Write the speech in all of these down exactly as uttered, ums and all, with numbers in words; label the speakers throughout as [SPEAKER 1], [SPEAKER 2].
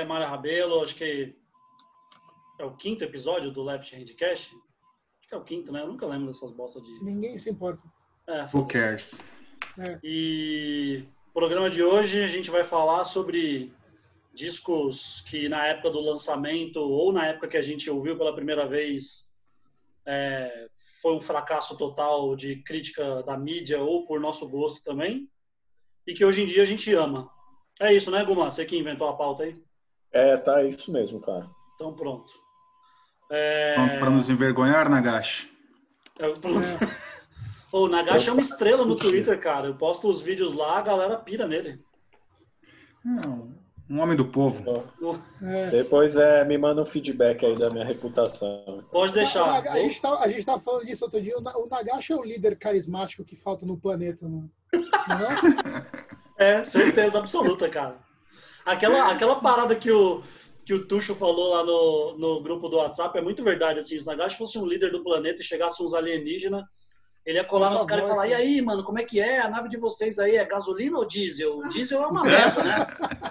[SPEAKER 1] é Mário Rabelo, acho que é o quinto episódio do Left Handcast. Acho que é o quinto, né? Eu nunca lembro dessas bostas de...
[SPEAKER 2] Ninguém se importa.
[SPEAKER 1] É,
[SPEAKER 3] Who cares?
[SPEAKER 2] É.
[SPEAKER 1] E no programa de hoje a gente vai falar sobre discos que na época do lançamento ou na época que a gente ouviu pela primeira vez é, foi um fracasso total de crítica da mídia ou por nosso gosto também, e que hoje em dia a gente ama. É isso, né, Guma? Você que inventou a pauta aí?
[SPEAKER 4] É, tá, é isso mesmo, cara.
[SPEAKER 1] Então pronto. É...
[SPEAKER 3] Pronto para nos envergonhar, Nagashi?
[SPEAKER 1] É, pronto. O Nagashi é uma estrela no Twitter, cara. Eu posto os vídeos lá, a galera pira nele.
[SPEAKER 3] Não, um homem do povo.
[SPEAKER 2] É.
[SPEAKER 4] Depois é, me manda um feedback aí da minha reputação.
[SPEAKER 1] Pode deixar.
[SPEAKER 2] A, a, gente tá, a gente tá falando disso outro dia. O Nagashi é o líder carismático que falta no planeta, não, não é?
[SPEAKER 1] É, certeza absoluta, cara. Aquela, aquela parada que o, que o Tuxo falou lá no, no grupo do WhatsApp é muito verdade. Assim, se o Nagashi fosse um líder do planeta e chegasse uns alienígenas, ele ia colar nos caras e falar: e aí, mano, como é que é? A nave de vocês aí é gasolina ou diesel? O diesel é uma merda, né?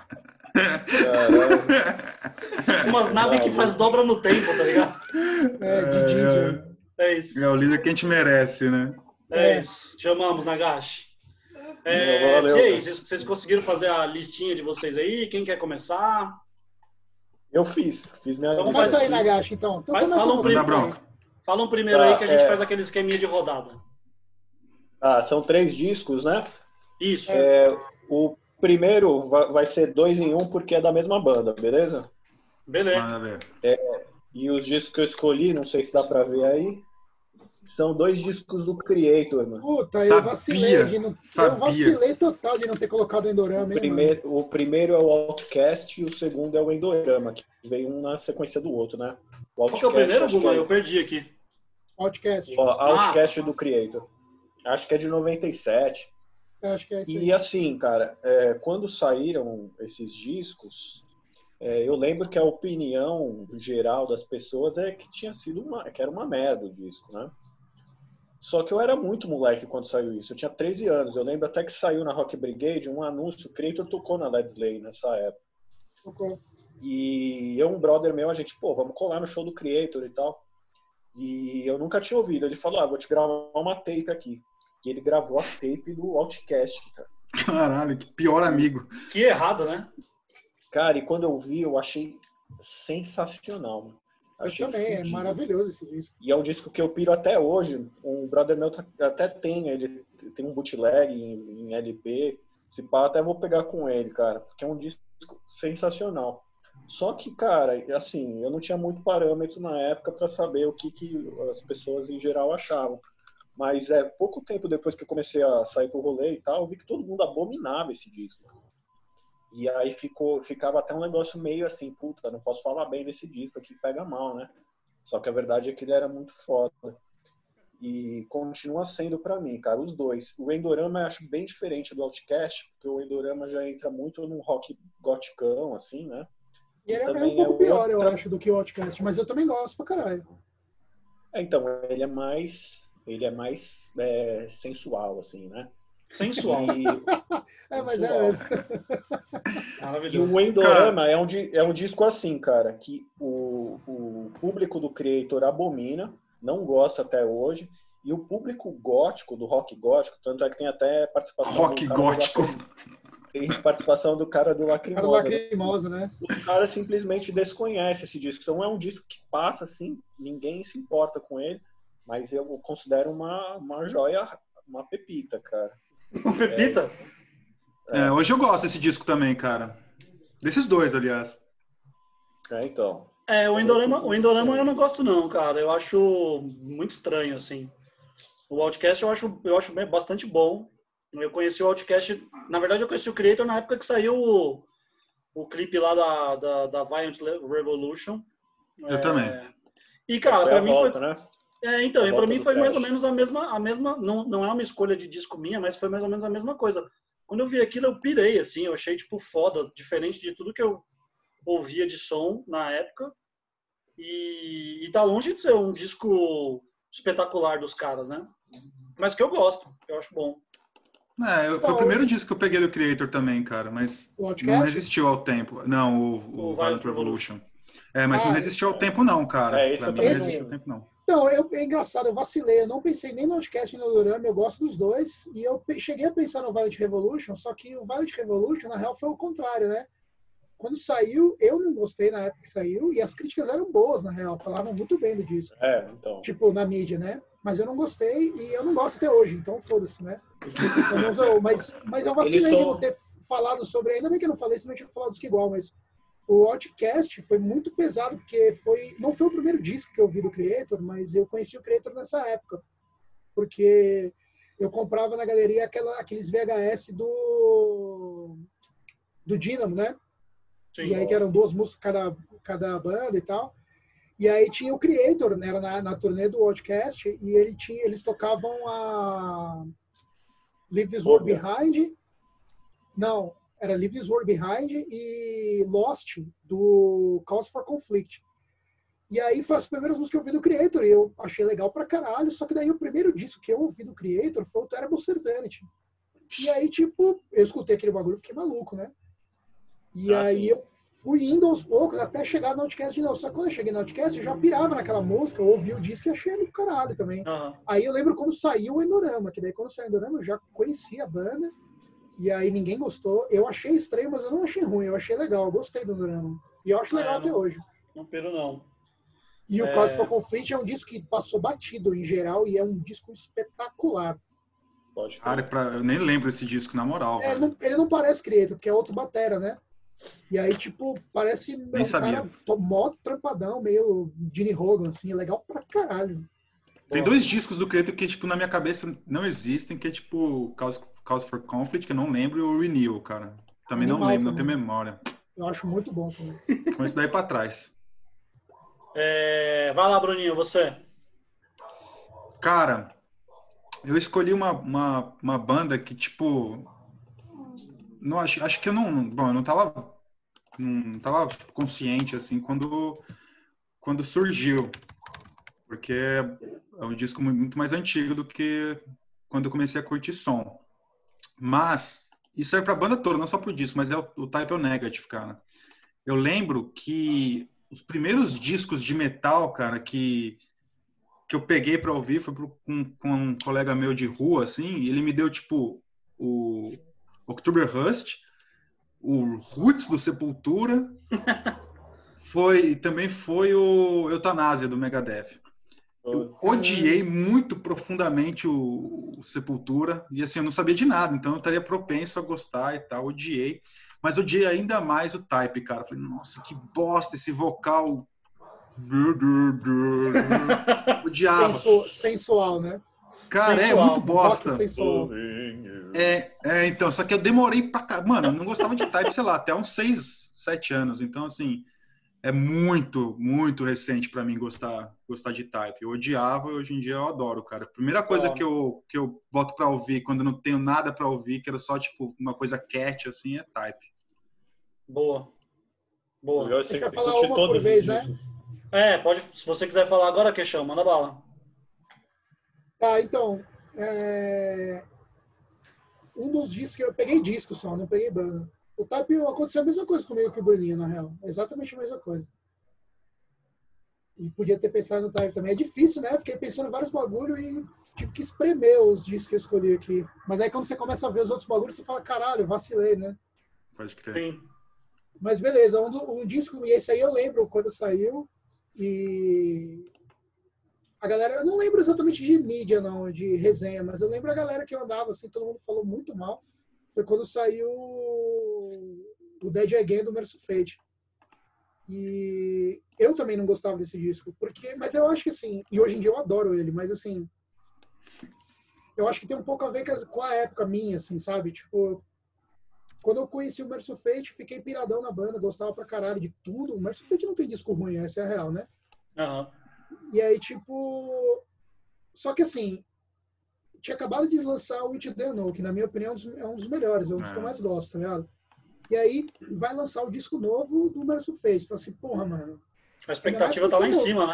[SPEAKER 1] Umas naves que faz dobra no tempo, tá ligado?
[SPEAKER 2] É, de diesel.
[SPEAKER 1] É isso.
[SPEAKER 3] É o líder que a gente merece, né?
[SPEAKER 1] É isso. Te amamos, Nagashi. É,
[SPEAKER 4] Valeu,
[SPEAKER 1] e aí, vocês, vocês conseguiram fazer a listinha de vocês aí? Quem quer começar?
[SPEAKER 4] Eu fiz, fiz minha
[SPEAKER 1] Então
[SPEAKER 4] lista.
[SPEAKER 2] Começa aí, Nagashi, então. então
[SPEAKER 1] Vai,
[SPEAKER 2] começa
[SPEAKER 1] fala, um
[SPEAKER 2] você.
[SPEAKER 1] primeiro,
[SPEAKER 3] bronca.
[SPEAKER 1] fala um primeiro
[SPEAKER 4] Tá,
[SPEAKER 1] aí que a gente
[SPEAKER 4] é...
[SPEAKER 1] faz aquele esqueminha de rodada.
[SPEAKER 4] Ah, são três discos, né?
[SPEAKER 1] Isso.
[SPEAKER 4] É, o primeiro vai ser dois em um porque é da mesma banda, beleza?
[SPEAKER 1] Beleza.
[SPEAKER 3] Manda ver.
[SPEAKER 4] E os discos que eu escolhi, não sei se dá pra ver aí, são dois discos do Creator, mano.
[SPEAKER 2] Puta, eu
[SPEAKER 3] Sabia,
[SPEAKER 2] vacilei de não...
[SPEAKER 3] sabia.
[SPEAKER 2] Eu vacilei total de não ter colocado o Endorama,
[SPEAKER 4] O
[SPEAKER 2] hein,
[SPEAKER 4] primeiro, o primeiro é o Outcast e o segundo é o Endorama, que veio um na sequência do outro, né? O
[SPEAKER 1] Qual que é o primeiro,
[SPEAKER 4] acho que
[SPEAKER 1] Guma?
[SPEAKER 4] é-
[SPEAKER 1] Eu perdi aqui.
[SPEAKER 2] mano? Outcast.
[SPEAKER 4] Ó, Outcast
[SPEAKER 1] Ah.
[SPEAKER 4] do Creator. Acho que é de noventa e sete.
[SPEAKER 2] Eu acho que é isso aí.
[SPEAKER 4] E assim, cara, é, quando saíram esses discos, é, eu lembro que a opinião geral das pessoas é que tinha sido uma, que era uma merda o disco, né? Só que eu era muito moleque quando saiu isso. Eu tinha treze anos. Eu lembro até que saiu na Rock Brigade um anúncio. O Creator tocou na Led Slay nessa época.
[SPEAKER 2] Tocou.
[SPEAKER 4] E eu, um brother meu, a gente, pô, vamos colar no show do Creator e tal. E eu nunca tinha ouvido. Ele falou, ah, vou te gravar uma tape aqui. E ele gravou a tape do Outcast, cara.
[SPEAKER 3] Caralho, que pior amigo.
[SPEAKER 1] Que errado, né?
[SPEAKER 4] Cara, e quando eu vi, eu achei sensacional. Mano.
[SPEAKER 2] Eu
[SPEAKER 4] Achei
[SPEAKER 2] também, é
[SPEAKER 4] fudido.
[SPEAKER 2] maravilhoso esse disco.
[SPEAKER 4] E é um disco que eu piro até hoje. Um brother meu até tem, ele tem um bootleg em, em L P. Se pá, até vou pegar com ele, cara. Porque é um disco sensacional. Só que, cara, assim, eu não tinha muito parâmetro na época para saber o que, que as pessoas em geral achavam. Mas é pouco tempo depois que eu comecei a sair pro rolê e tal, eu vi que todo mundo abominava esse disco. E aí ficou, ficava até um negócio meio assim, puta, não posso falar bem desse disco aqui, pega mal, né? Só que a verdade é que ele era muito foda. E continua sendo pra mim, cara, os dois. O Endorama eu acho bem diferente do Outcast, porque o Endorama já entra muito num rock goticão, assim, né?
[SPEAKER 2] E ele é um
[SPEAKER 4] também
[SPEAKER 2] pouco
[SPEAKER 4] é
[SPEAKER 2] pior, eu
[SPEAKER 4] outra-
[SPEAKER 2] acho, do que o Outcast, mas eu também gosto pra caralho.
[SPEAKER 4] É, então, ele é mais, ele é mais é, sensual, assim, né?
[SPEAKER 1] Sensual.
[SPEAKER 4] E,
[SPEAKER 2] É, mas é
[SPEAKER 4] sensual.
[SPEAKER 2] mesmo.
[SPEAKER 4] E
[SPEAKER 1] Maravilhoso.
[SPEAKER 4] o Endorama é um, di- é um disco assim, cara, que o, o público do Creator abomina, não gosta até hoje, e o público gótico, do rock gótico, tanto é que tem até participação
[SPEAKER 3] Rock
[SPEAKER 4] do cara
[SPEAKER 3] gótico.
[SPEAKER 4] do Lacrimosa, tem participação do cara do
[SPEAKER 2] Cara
[SPEAKER 4] Lacrimosa.
[SPEAKER 2] do Lacrimosa, né?
[SPEAKER 4] Os caras simplesmente desconhecem esse disco. Então é um disco que passa assim, ninguém se importa com ele, mas eu considero uma, uma joia, uma pepita, cara.
[SPEAKER 1] Um Pepita?
[SPEAKER 3] É, hoje eu gosto desse disco também, cara. Desses dois, aliás.
[SPEAKER 4] É, então.
[SPEAKER 1] É, o Endorama, o Endorama eu não gosto não, cara. Eu acho muito estranho, assim. O Outcast eu acho, eu acho bem- bastante bom. Eu conheci o Outcast... Na verdade, eu conheci o Creator na época que saiu o, o clipe lá da, da, da Violent Revolution.
[SPEAKER 3] Eu também.
[SPEAKER 1] E, cara,
[SPEAKER 4] Foi
[SPEAKER 1] pra
[SPEAKER 4] a
[SPEAKER 1] mim
[SPEAKER 4] volta,
[SPEAKER 1] foi...
[SPEAKER 4] né?
[SPEAKER 1] É, então,
[SPEAKER 4] A
[SPEAKER 1] e pra
[SPEAKER 4] volta
[SPEAKER 1] mim
[SPEAKER 4] do
[SPEAKER 1] foi mais ou
[SPEAKER 4] Crash.
[SPEAKER 1] menos a mesma... A mesma não, não é uma escolha de disco minha, mas foi mais ou menos a mesma coisa. Quando eu vi aquilo, eu pirei, assim. Eu achei, tipo, foda. Diferente de tudo que eu ouvia de som na época. E, e tá longe de ser um disco espetacular dos caras, né? Mas que eu gosto, que eu acho bom.
[SPEAKER 3] É, eu, foi
[SPEAKER 2] Então,
[SPEAKER 3] o primeiro
[SPEAKER 2] eu-
[SPEAKER 3] disco que eu peguei do Creator também, cara, mas
[SPEAKER 2] O
[SPEAKER 3] não
[SPEAKER 2] Outcast?
[SPEAKER 3] resistiu ao tempo. Não, o, o
[SPEAKER 1] O
[SPEAKER 3] Violent
[SPEAKER 1] Violent
[SPEAKER 3] Revolution. É, mas não
[SPEAKER 2] Ah,
[SPEAKER 3] resistiu ao tempo não, cara.
[SPEAKER 4] É, esse
[SPEAKER 3] Pra
[SPEAKER 4] eu
[SPEAKER 3] mim não
[SPEAKER 4] também
[SPEAKER 3] resistiu ao
[SPEAKER 4] não.
[SPEAKER 3] tempo não.
[SPEAKER 2] Então, eu, é engraçado, eu vacilei, eu não pensei nem no Outcast nem no Dorama, eu gosto dos dois, e eu pe- cheguei a pensar no Violent Revolution, só que o Violent Revolution, na real, foi o contrário, né? Quando saiu, eu não gostei na época que saiu, e as críticas eram boas, na real, falavam muito bem do disco,
[SPEAKER 4] É, então.
[SPEAKER 2] tipo, na mídia, né? Mas eu não gostei, e eu não gosto até hoje, então foda-se, né? Eu não sou- mas, mas eu
[SPEAKER 4] Ele
[SPEAKER 2] vacilei de
[SPEAKER 4] só-
[SPEAKER 2] não ter falado sobre, ainda bem que eu não falei, senão eu tinha falado disco igual, mas o Outcast foi muito pesado, porque foi, não foi o primeiro disco que eu vi do Creator, mas eu conheci o Creator nessa época. Porque eu comprava na galeria aquela, aqueles V H S do, do Dynamo, né?
[SPEAKER 1] Sim.
[SPEAKER 2] E aí que eram duas músicas cada, cada banda e tal. E aí tinha o Creator, né? Era na, na turnê do Outcast, e ele tinha, eles tocavam a Leave This World
[SPEAKER 4] Phobia.
[SPEAKER 2] Behind. Não, era Leave This World Behind e Lost, do Cause for Conflict. E aí foi as primeiras músicas que eu ouvi do Creator e eu achei legal pra caralho, só que daí o primeiro disco que eu ouvi do Creator foi o Terrible Certainty. E aí, tipo, eu escutei aquele bagulho e fiquei maluco, né? E
[SPEAKER 4] Ah,
[SPEAKER 2] aí
[SPEAKER 4] sim.
[SPEAKER 2] eu fui indo aos poucos até chegar no Outcast de novo. Só que quando eu cheguei no Outcast, eu já pirava naquela música, eu ouvi o disco e achei ele do caralho também.
[SPEAKER 1] Aham.
[SPEAKER 2] Aí eu lembro quando saiu o Endorama, que daí quando saiu o Endorama eu já conhecia a banda, e aí ninguém gostou. Eu achei estranho, mas eu não achei ruim, eu achei legal, eu gostei do Endorama. E eu acho legal
[SPEAKER 1] É,
[SPEAKER 2] até
[SPEAKER 1] não-
[SPEAKER 2] hoje.
[SPEAKER 1] Não piro, não.
[SPEAKER 2] E o
[SPEAKER 1] É.
[SPEAKER 2] Cause for Conflict é um disco que passou batido em geral e é um disco espetacular.
[SPEAKER 4] Pode
[SPEAKER 3] Cara,
[SPEAKER 4] crer.
[SPEAKER 3] pra, eu nem lembro desse disco, na moral,
[SPEAKER 2] É, ele,
[SPEAKER 3] velho.
[SPEAKER 2] não, ele não parece Creator, porque é outro batera, né? E aí, tipo, parece é
[SPEAKER 3] Nem
[SPEAKER 2] um
[SPEAKER 3] sabia.
[SPEAKER 2] cara to- mó trampadão, meio Gene Hogan, assim, é legal pra caralho.
[SPEAKER 3] Tem
[SPEAKER 1] Boa.
[SPEAKER 3] dois discos do Creator que, tipo, na minha cabeça não existem, que é, tipo, Cause, Cause for Conflict, que eu não lembro, e o Renewal, cara. Também não
[SPEAKER 2] Animal
[SPEAKER 3] lembro, não
[SPEAKER 2] também.
[SPEAKER 3] tenho memória.
[SPEAKER 2] Eu acho muito bom também.
[SPEAKER 3] Com isso daí pra trás.
[SPEAKER 1] É, vai lá, Bruninho, você.
[SPEAKER 3] Cara, eu escolhi uma, uma, uma banda que, tipo... Não, acho, acho que eu não... Bom, eu não tava, não tava consciente, assim, quando, quando surgiu. Porque é um disco muito mais antigo do que quando eu comecei a curtir som. Mas isso é pra banda toda, não só pro disco, mas é o, o Type O Negative, cara. Eu lembro que os primeiros discos de metal, cara, que, que eu peguei pra ouvir foi pro, com, com um colega meu de rua, assim, e ele me deu, tipo, o October Rust, o Roots do Sepultura, foi, e também foi o Eutanásia do Megadeth. Eu odiei muito profundamente o, o Sepultura, e assim, eu não sabia de nada, então eu estaria propenso a gostar e tal, odiei. Mas odiei ainda mais o Type, cara. Falei, nossa, que bosta esse vocal. Odiava.
[SPEAKER 2] Sensu- sensual, né?
[SPEAKER 3] Cara,
[SPEAKER 1] Sensual.
[SPEAKER 3] é muito
[SPEAKER 2] Rock
[SPEAKER 3] bosta.
[SPEAKER 2] sensual.
[SPEAKER 3] É, é, então, só que eu demorei pra cá. Mano, eu não gostava de Type, sei lá, até uns seis, sete anos. Então, assim, é muito, muito recente pra mim gostar, gostar de Type. Eu odiava e hoje em dia eu adoro, cara. A primeira coisa
[SPEAKER 1] Bom.
[SPEAKER 3] que eu, que eu boto pra ouvir quando eu não tenho nada pra ouvir, que era só, tipo, uma coisa cat, assim, é Type.
[SPEAKER 1] Boa. Boa.
[SPEAKER 4] Eu
[SPEAKER 2] A gente vai
[SPEAKER 4] sempre
[SPEAKER 2] falar
[SPEAKER 4] curti
[SPEAKER 2] uma
[SPEAKER 4] todos
[SPEAKER 2] por
[SPEAKER 4] os
[SPEAKER 2] vez, né?
[SPEAKER 4] discos.
[SPEAKER 1] É, pode. Se você quiser falar agora, Queixão, manda bala.
[SPEAKER 2] Tá, então, é, um dos discos que eu peguei disco só, não peguei banda. O Type aconteceu a mesma coisa comigo que o Bruninho, na real. Exatamente a mesma coisa. E podia ter pensado no Type também. É difícil, né? Eu fiquei pensando em vários bagulho e tive que espremer os discos que eu escolhi aqui. Mas aí quando você começa a ver os outros bagulhos, você fala, caralho, vacilei, né?
[SPEAKER 3] Pode crer.
[SPEAKER 1] Sim.
[SPEAKER 2] Mas beleza, um, do- um disco, e esse aí eu lembro quando saiu. E a galera, eu não lembro exatamente de mídia, não, de resenha, mas eu lembro a galera que eu andava, assim, todo mundo falou muito mal. Foi quando saiu o Dead Again do Mercy Fate. E eu também não gostava desse disco, porque, mas eu acho que assim, e hoje em dia eu adoro ele, mas assim, eu acho que tem um pouco a ver com a- com a época minha, assim, sabe? Tipo, quando eu conheci o Mercy Fate, fiquei piradão na banda, gostava pra caralho de tudo. O Mercy Fate não tem disco ruim, essa é a real, né?
[SPEAKER 1] Aham.
[SPEAKER 2] E aí, tipo. Só que assim, tinha acabado de lançar o It The No, que na minha opinião é um dos, é um dos melhores, é um dos que eu
[SPEAKER 3] É.
[SPEAKER 2] mais gosto, tá ligado? E aí vai lançar o disco novo do Mercy Fate. Fala assim, porra, mano.
[SPEAKER 1] A expectativa tá lá em cima, né?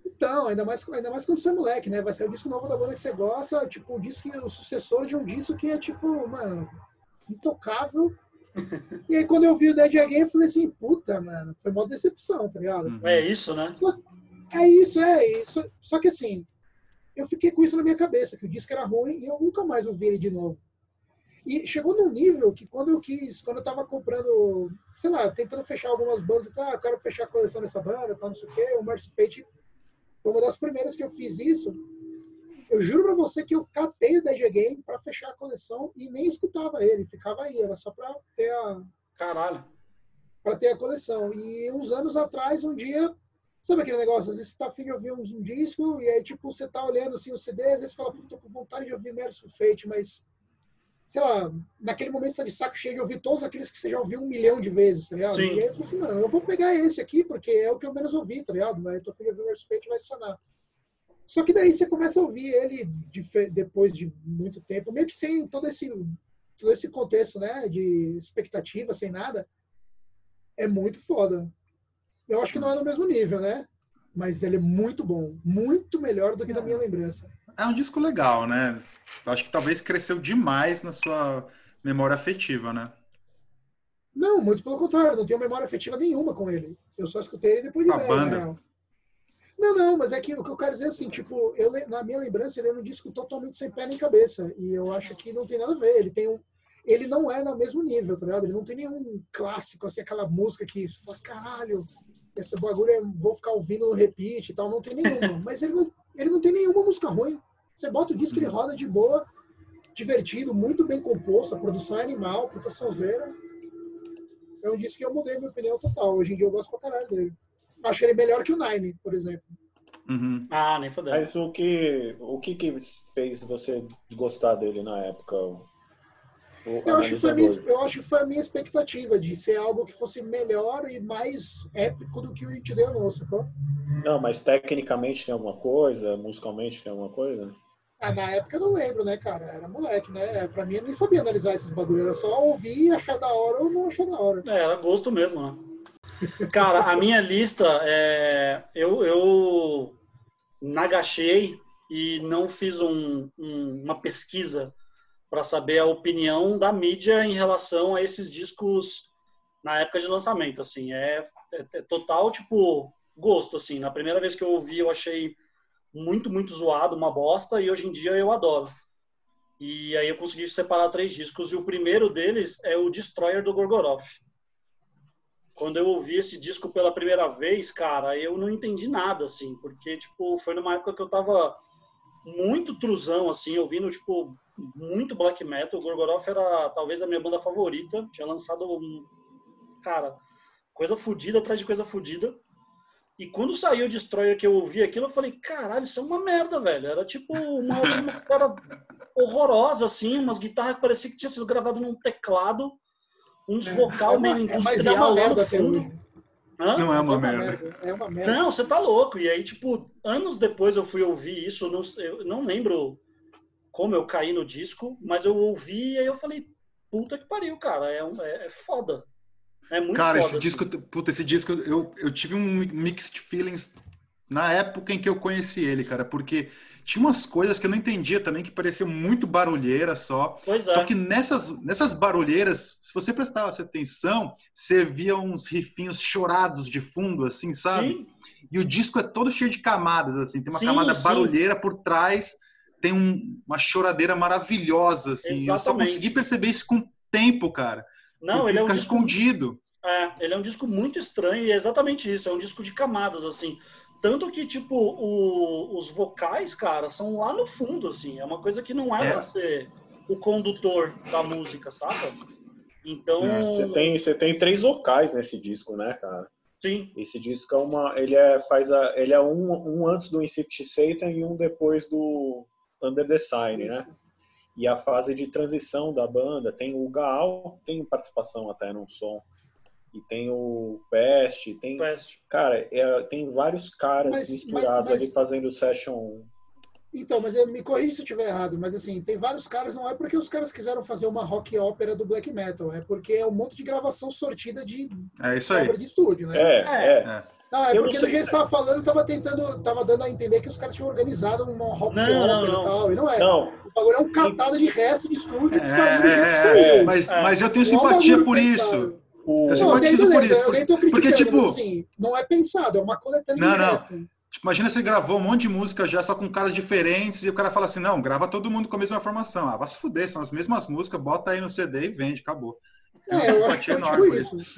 [SPEAKER 2] Então, ainda mais, ainda mais quando você é moleque, né? Vai ser o disco novo da banda que você gosta, tipo, o disco, o sucessor de um disco que é, tipo, mano, intocável. E aí, quando eu vi o Dead Again, eu falei assim, puta, mano, foi uma decepção, tá ligado?
[SPEAKER 3] Uhum.
[SPEAKER 1] É isso, né?
[SPEAKER 2] Só- É isso, é isso. Só que assim, eu fiquei com isso na minha cabeça, que o disco era ruim e eu nunca mais ouvi ele de novo. E chegou num nível que quando eu quis, quando eu tava comprando, sei lá, tentando fechar algumas bandas, eu falei, ah, eu quero fechar a coleção dessa banda, tal, não sei o quê, o Mercy Fate foi uma das primeiras que eu fiz isso. Eu juro pra você que eu catei o Dead Again pra fechar a coleção e nem escutava ele, ficava aí, era só pra ter a,
[SPEAKER 1] Caralho.
[SPEAKER 2] pra ter a coleção. E uns anos atrás, um dia, sabe aquele negócio, às vezes você tá afim de ouvir um, um disco e aí, tipo, você tá olhando assim o C D, às vezes você fala, pô, tô com vontade de ouvir Mercy Fate, mas sei lá, naquele momento você tá de saco cheio de ouvir todos aqueles que você já ouviu um milhão de vezes, tá ligado?
[SPEAKER 1] Sim.
[SPEAKER 2] E aí eu falei assim, mano, eu vou pegar esse aqui, porque é o que eu menos ouvi, tá ligado? Mas eu tô afim de ouvir o Mercy Fate, vai sanar. Só que daí você começa a ouvir ele de, depois de muito tempo, meio que sem todo esse, todo esse contexto, né, de expectativa, sem nada, é muito foda. Eu acho que não é no mesmo nível, né? Mas ele é muito bom, muito melhor do que da minha lembrança.
[SPEAKER 3] É um disco legal, né? Eu acho que talvez cresceu demais na sua memória afetiva, né?
[SPEAKER 2] Não, muito pelo contrário, não tenho memória afetiva nenhuma com ele. Eu só escutei ele depois de
[SPEAKER 3] Com a
[SPEAKER 2] velho, na
[SPEAKER 3] banda.
[SPEAKER 2] real. Não, não, mas é que o que eu quero dizer é assim, tipo, eu, na minha lembrança, ele é um disco totalmente sem pé nem cabeça. E eu acho que não tem nada a ver. Ele tem um. Ele não é no mesmo nível, tá ligado? Ele não tem nenhum clássico, assim, aquela música que você fala, caralho, esse bagulho é, vou ficar ouvindo no repeat e tal. Não tem nenhuma. Mas ele não, ele não tem nenhuma música ruim. Você bota o disco, ele roda de boa, divertido, muito bem composto, a produção é animal, puta sonzeira. É um disco que eu mudei minha opinião total. Hoje em dia eu gosto pra caralho dele. Acho ele melhor que o Nine, por exemplo.
[SPEAKER 3] Uhum.
[SPEAKER 1] Ah, nem fodendo.
[SPEAKER 4] Mas o que, o que que fez você desgostar dele na época? O, o
[SPEAKER 2] Eu acho, que foi a minha,
[SPEAKER 4] analisador?
[SPEAKER 2] eu acho que foi a minha expectativa de ser algo que fosse melhor e mais épico do que o It Deu não, sacou?
[SPEAKER 4] Não, mas tecnicamente tem alguma coisa? Musicalmente tem alguma coisa?
[SPEAKER 2] Ah, na época eu não lembro, né, cara? Era moleque, né? Pra mim eu nem sabia analisar esses bagulhos. Era só ouvir, achar da hora ou não achar da hora.
[SPEAKER 1] É, era gosto mesmo, né? Cara, a minha lista, é, eu, eu nagachei e não fiz um, um, uma pesquisa para saber a opinião da mídia em relação a esses discos na época de lançamento, assim, é, é, é total, tipo, gosto, assim, na primeira vez que eu ouvi eu achei muito, muito zoado, uma bosta, e hoje em dia eu adoro. E aí eu consegui separar três discos, e o primeiro deles é o Destroyer do Gorgoroth. Quando eu ouvi esse disco pela primeira vez, cara, eu não entendi nada, assim, porque, tipo, foi numa época que eu tava muito truzão, assim, ouvindo, tipo, muito black metal. O Gorgoroth era, talvez, a minha banda favorita. Tinha lançado, um, cara, coisa fodida atrás de coisa fodida. E quando saiu o Destroyer que eu ouvi aquilo, eu falei, caralho, isso é uma merda, velho. Era, tipo, uma atmosfera horrorosa, assim, umas guitarras que parecia que tinha sido gravado num teclado, uns
[SPEAKER 2] É,
[SPEAKER 1] vocal
[SPEAKER 2] é uma-
[SPEAKER 1] meio
[SPEAKER 2] é- mas é uma
[SPEAKER 1] industrial lá no
[SPEAKER 2] merda até
[SPEAKER 1] fundo.
[SPEAKER 2] hoje.
[SPEAKER 1] Hã?
[SPEAKER 3] Não é
[SPEAKER 2] Mas
[SPEAKER 3] uma merda.
[SPEAKER 2] É uma merda.
[SPEAKER 1] Não, você tá louco. E aí, tipo, anos depois eu fui ouvir isso, eu não, eu não lembro como eu caí no disco, mas eu ouvi e aí eu falei, puta que pariu, cara, é, um- é, é foda. É muito
[SPEAKER 3] Cara,
[SPEAKER 1] foda.
[SPEAKER 3] esse
[SPEAKER 1] assim.
[SPEAKER 3] disco, puta, esse disco, eu, eu tive um mixed feelings na época em que eu conheci ele, cara, porque tinha umas coisas que eu não entendia também, que pareciam muito barulheira só.
[SPEAKER 1] Pois
[SPEAKER 3] Só
[SPEAKER 1] é.
[SPEAKER 3] que nessas, nessas barulheiras, se você prestasse atenção, você via uns rifinhos chorados de fundo, assim, sabe?
[SPEAKER 1] Sim,
[SPEAKER 3] E o disco é todo cheio de camadas, assim, tem uma
[SPEAKER 1] Sim,
[SPEAKER 3] camada
[SPEAKER 1] sim.
[SPEAKER 3] barulheira por trás, tem um- uma choradeira maravilhosa, assim. Eu só
[SPEAKER 1] Exatamente.
[SPEAKER 3] consegui perceber isso com o tempo, cara.
[SPEAKER 1] não,
[SPEAKER 3] Porque
[SPEAKER 1] ele é um
[SPEAKER 3] fica
[SPEAKER 1] disco.
[SPEAKER 3] escondido.
[SPEAKER 1] É, ele é um disco muito estranho e é exatamente isso, é um disco de camadas, assim. Tanto que, tipo, o- os vocais, cara, são lá no fundo, assim. É uma coisa que não é,
[SPEAKER 3] É.
[SPEAKER 1] pra ser o condutor da música, saca? Então,
[SPEAKER 4] Você tem, você tem três vocais nesse disco, né, cara?
[SPEAKER 1] sim,
[SPEAKER 4] Esse disco é uma, ele é faz a, ele é um, um antes do Incipit Satan e um depois do Under the Sign, né? E a fase de transição da banda tem o Gaal, tem participação até no som, e tem o Pest, tem,
[SPEAKER 1] Pest.
[SPEAKER 4] cara, é, tem vários caras
[SPEAKER 2] Mas-
[SPEAKER 4] misturados
[SPEAKER 2] mas- mas-
[SPEAKER 4] ali fazendo session.
[SPEAKER 2] Então, mas eu, me corrija se eu estiver errado, mas assim, tem vários caras, não é porque os caras quiseram fazer uma rock ópera do black metal, é porque é um monte de gravação sortida de
[SPEAKER 3] É isso
[SPEAKER 2] obra
[SPEAKER 3] aí.
[SPEAKER 2] de estúdio, né?
[SPEAKER 4] É,
[SPEAKER 1] É.
[SPEAKER 4] é.
[SPEAKER 3] É.
[SPEAKER 2] Não, é
[SPEAKER 4] Eu não
[SPEAKER 2] porque
[SPEAKER 4] sei,
[SPEAKER 2] no que você estava falando, tava tentando, tava dando a entender que os caras tinham organizado uma rock
[SPEAKER 1] Não, não,
[SPEAKER 2] ópera
[SPEAKER 1] não.
[SPEAKER 2] e tal, e não é.
[SPEAKER 4] Não,
[SPEAKER 2] O bagulho é um catado de resto de estúdio que
[SPEAKER 3] É,
[SPEAKER 2] saiu do jeito que
[SPEAKER 3] é,
[SPEAKER 2] saiu.
[SPEAKER 3] é. Mas,
[SPEAKER 1] É.
[SPEAKER 3] mas eu tenho
[SPEAKER 2] Não é um
[SPEAKER 3] simpatia
[SPEAKER 2] bagulho
[SPEAKER 3] por
[SPEAKER 2] pensado.
[SPEAKER 3] isso.
[SPEAKER 4] o...
[SPEAKER 3] Eu
[SPEAKER 2] Não, daí
[SPEAKER 3] simpatizo por
[SPEAKER 2] beleza,
[SPEAKER 3] isso.
[SPEAKER 2] eu nem tô criticando,
[SPEAKER 3] Porque, tipo,
[SPEAKER 2] mas assim, não é pensado, é uma coletânea
[SPEAKER 3] Não,
[SPEAKER 2] de
[SPEAKER 3] não.
[SPEAKER 2] resto.
[SPEAKER 3] Tipo, imagina você gravou um monte de música já só com caras diferentes e o cara fala assim, não, grava todo mundo com a mesma formação. Ah, vai se fuder, são as mesmas músicas, bota aí no C D e vende, acabou. Tem uma
[SPEAKER 2] É, eu acho que
[SPEAKER 3] simpatia
[SPEAKER 2] foi
[SPEAKER 3] enorme
[SPEAKER 2] tipo
[SPEAKER 3] por
[SPEAKER 2] isso.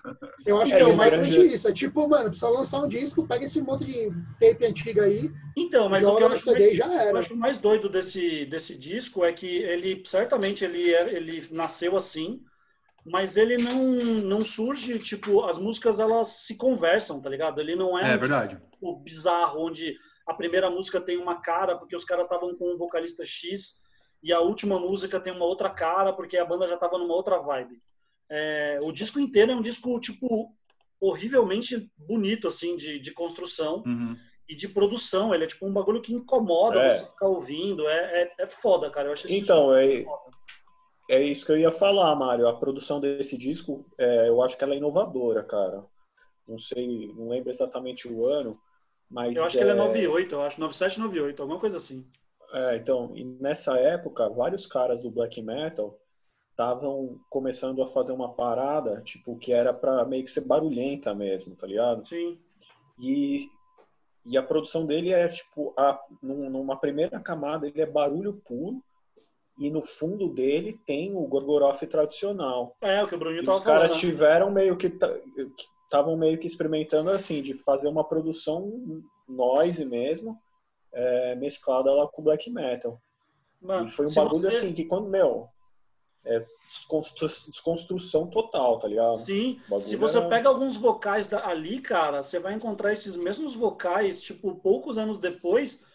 [SPEAKER 2] Eu acho
[SPEAKER 4] É,
[SPEAKER 2] que é
[SPEAKER 4] e o
[SPEAKER 2] exatamente
[SPEAKER 4] grande-
[SPEAKER 2] isso. É tipo, mano, precisa lançar um disco, pega esse monte de tape antiga aí,
[SPEAKER 1] Então, mas o que
[SPEAKER 2] joga
[SPEAKER 1] eu
[SPEAKER 2] no
[SPEAKER 1] acho
[SPEAKER 2] C D
[SPEAKER 1] mais,
[SPEAKER 2] e já
[SPEAKER 1] eu
[SPEAKER 2] era.
[SPEAKER 1] acho mais doido desse, desse disco é que ele, certamente, ele, é, ele nasceu assim, mas ele não, não surge, tipo, as músicas, elas se conversam, tá ligado? Ele não é,
[SPEAKER 3] É
[SPEAKER 1] um
[SPEAKER 3] verdade.
[SPEAKER 1] disco bizarro, onde a primeira música tem uma cara, porque os caras estavam com um vocalista X, e a última música tem uma outra cara, porque a banda já tava numa outra vibe. É, o disco inteiro é um disco, tipo, horrivelmente bonito, assim, de, de construção
[SPEAKER 3] Uhum.
[SPEAKER 1] e de produção. Ele é tipo um bagulho que incomoda
[SPEAKER 4] É.
[SPEAKER 1] você ficar ouvindo. É, é, é foda, cara. Eu acho esse
[SPEAKER 4] Então,
[SPEAKER 1] disco
[SPEAKER 4] é,
[SPEAKER 1] foda.
[SPEAKER 4] é isso que eu ia falar, Mário. A produção desse disco, é, eu acho que ela é inovadora, cara. Não sei, não lembro exatamente o ano, mas
[SPEAKER 1] Eu acho que ele é nove e oito, eu acho. nove sete, nove oito, alguma coisa assim.
[SPEAKER 4] é, então, e nessa época, vários caras do black metal estavam começando a fazer uma parada, tipo, que era pra meio que ser barulhenta mesmo, tá ligado?
[SPEAKER 1] Sim.
[SPEAKER 4] E, e a produção dele é, tipo, a, num- numa primeira camada, ele é barulho puro, e no fundo dele tem o Gorgoroth tradicional.
[SPEAKER 1] É, o que o Bruninho
[SPEAKER 4] E
[SPEAKER 1] tava
[SPEAKER 4] os caras
[SPEAKER 1] falando. Né?
[SPEAKER 4] tiveram meio que estavam meio que experimentando assim de fazer uma produção noise mesmo, é, mesclada lá com black metal.
[SPEAKER 1] Mano,
[SPEAKER 4] E foi um
[SPEAKER 1] se
[SPEAKER 4] bagulho
[SPEAKER 1] você...
[SPEAKER 4] assim que quando meu é desconstru... desconstrução total, tá ligado?
[SPEAKER 1] Sim,
[SPEAKER 4] O bagulho
[SPEAKER 1] se você
[SPEAKER 4] era-
[SPEAKER 1] pega alguns vocais da- ali, cara, você vai encontrar esses mesmos vocais, tipo, poucos anos depois,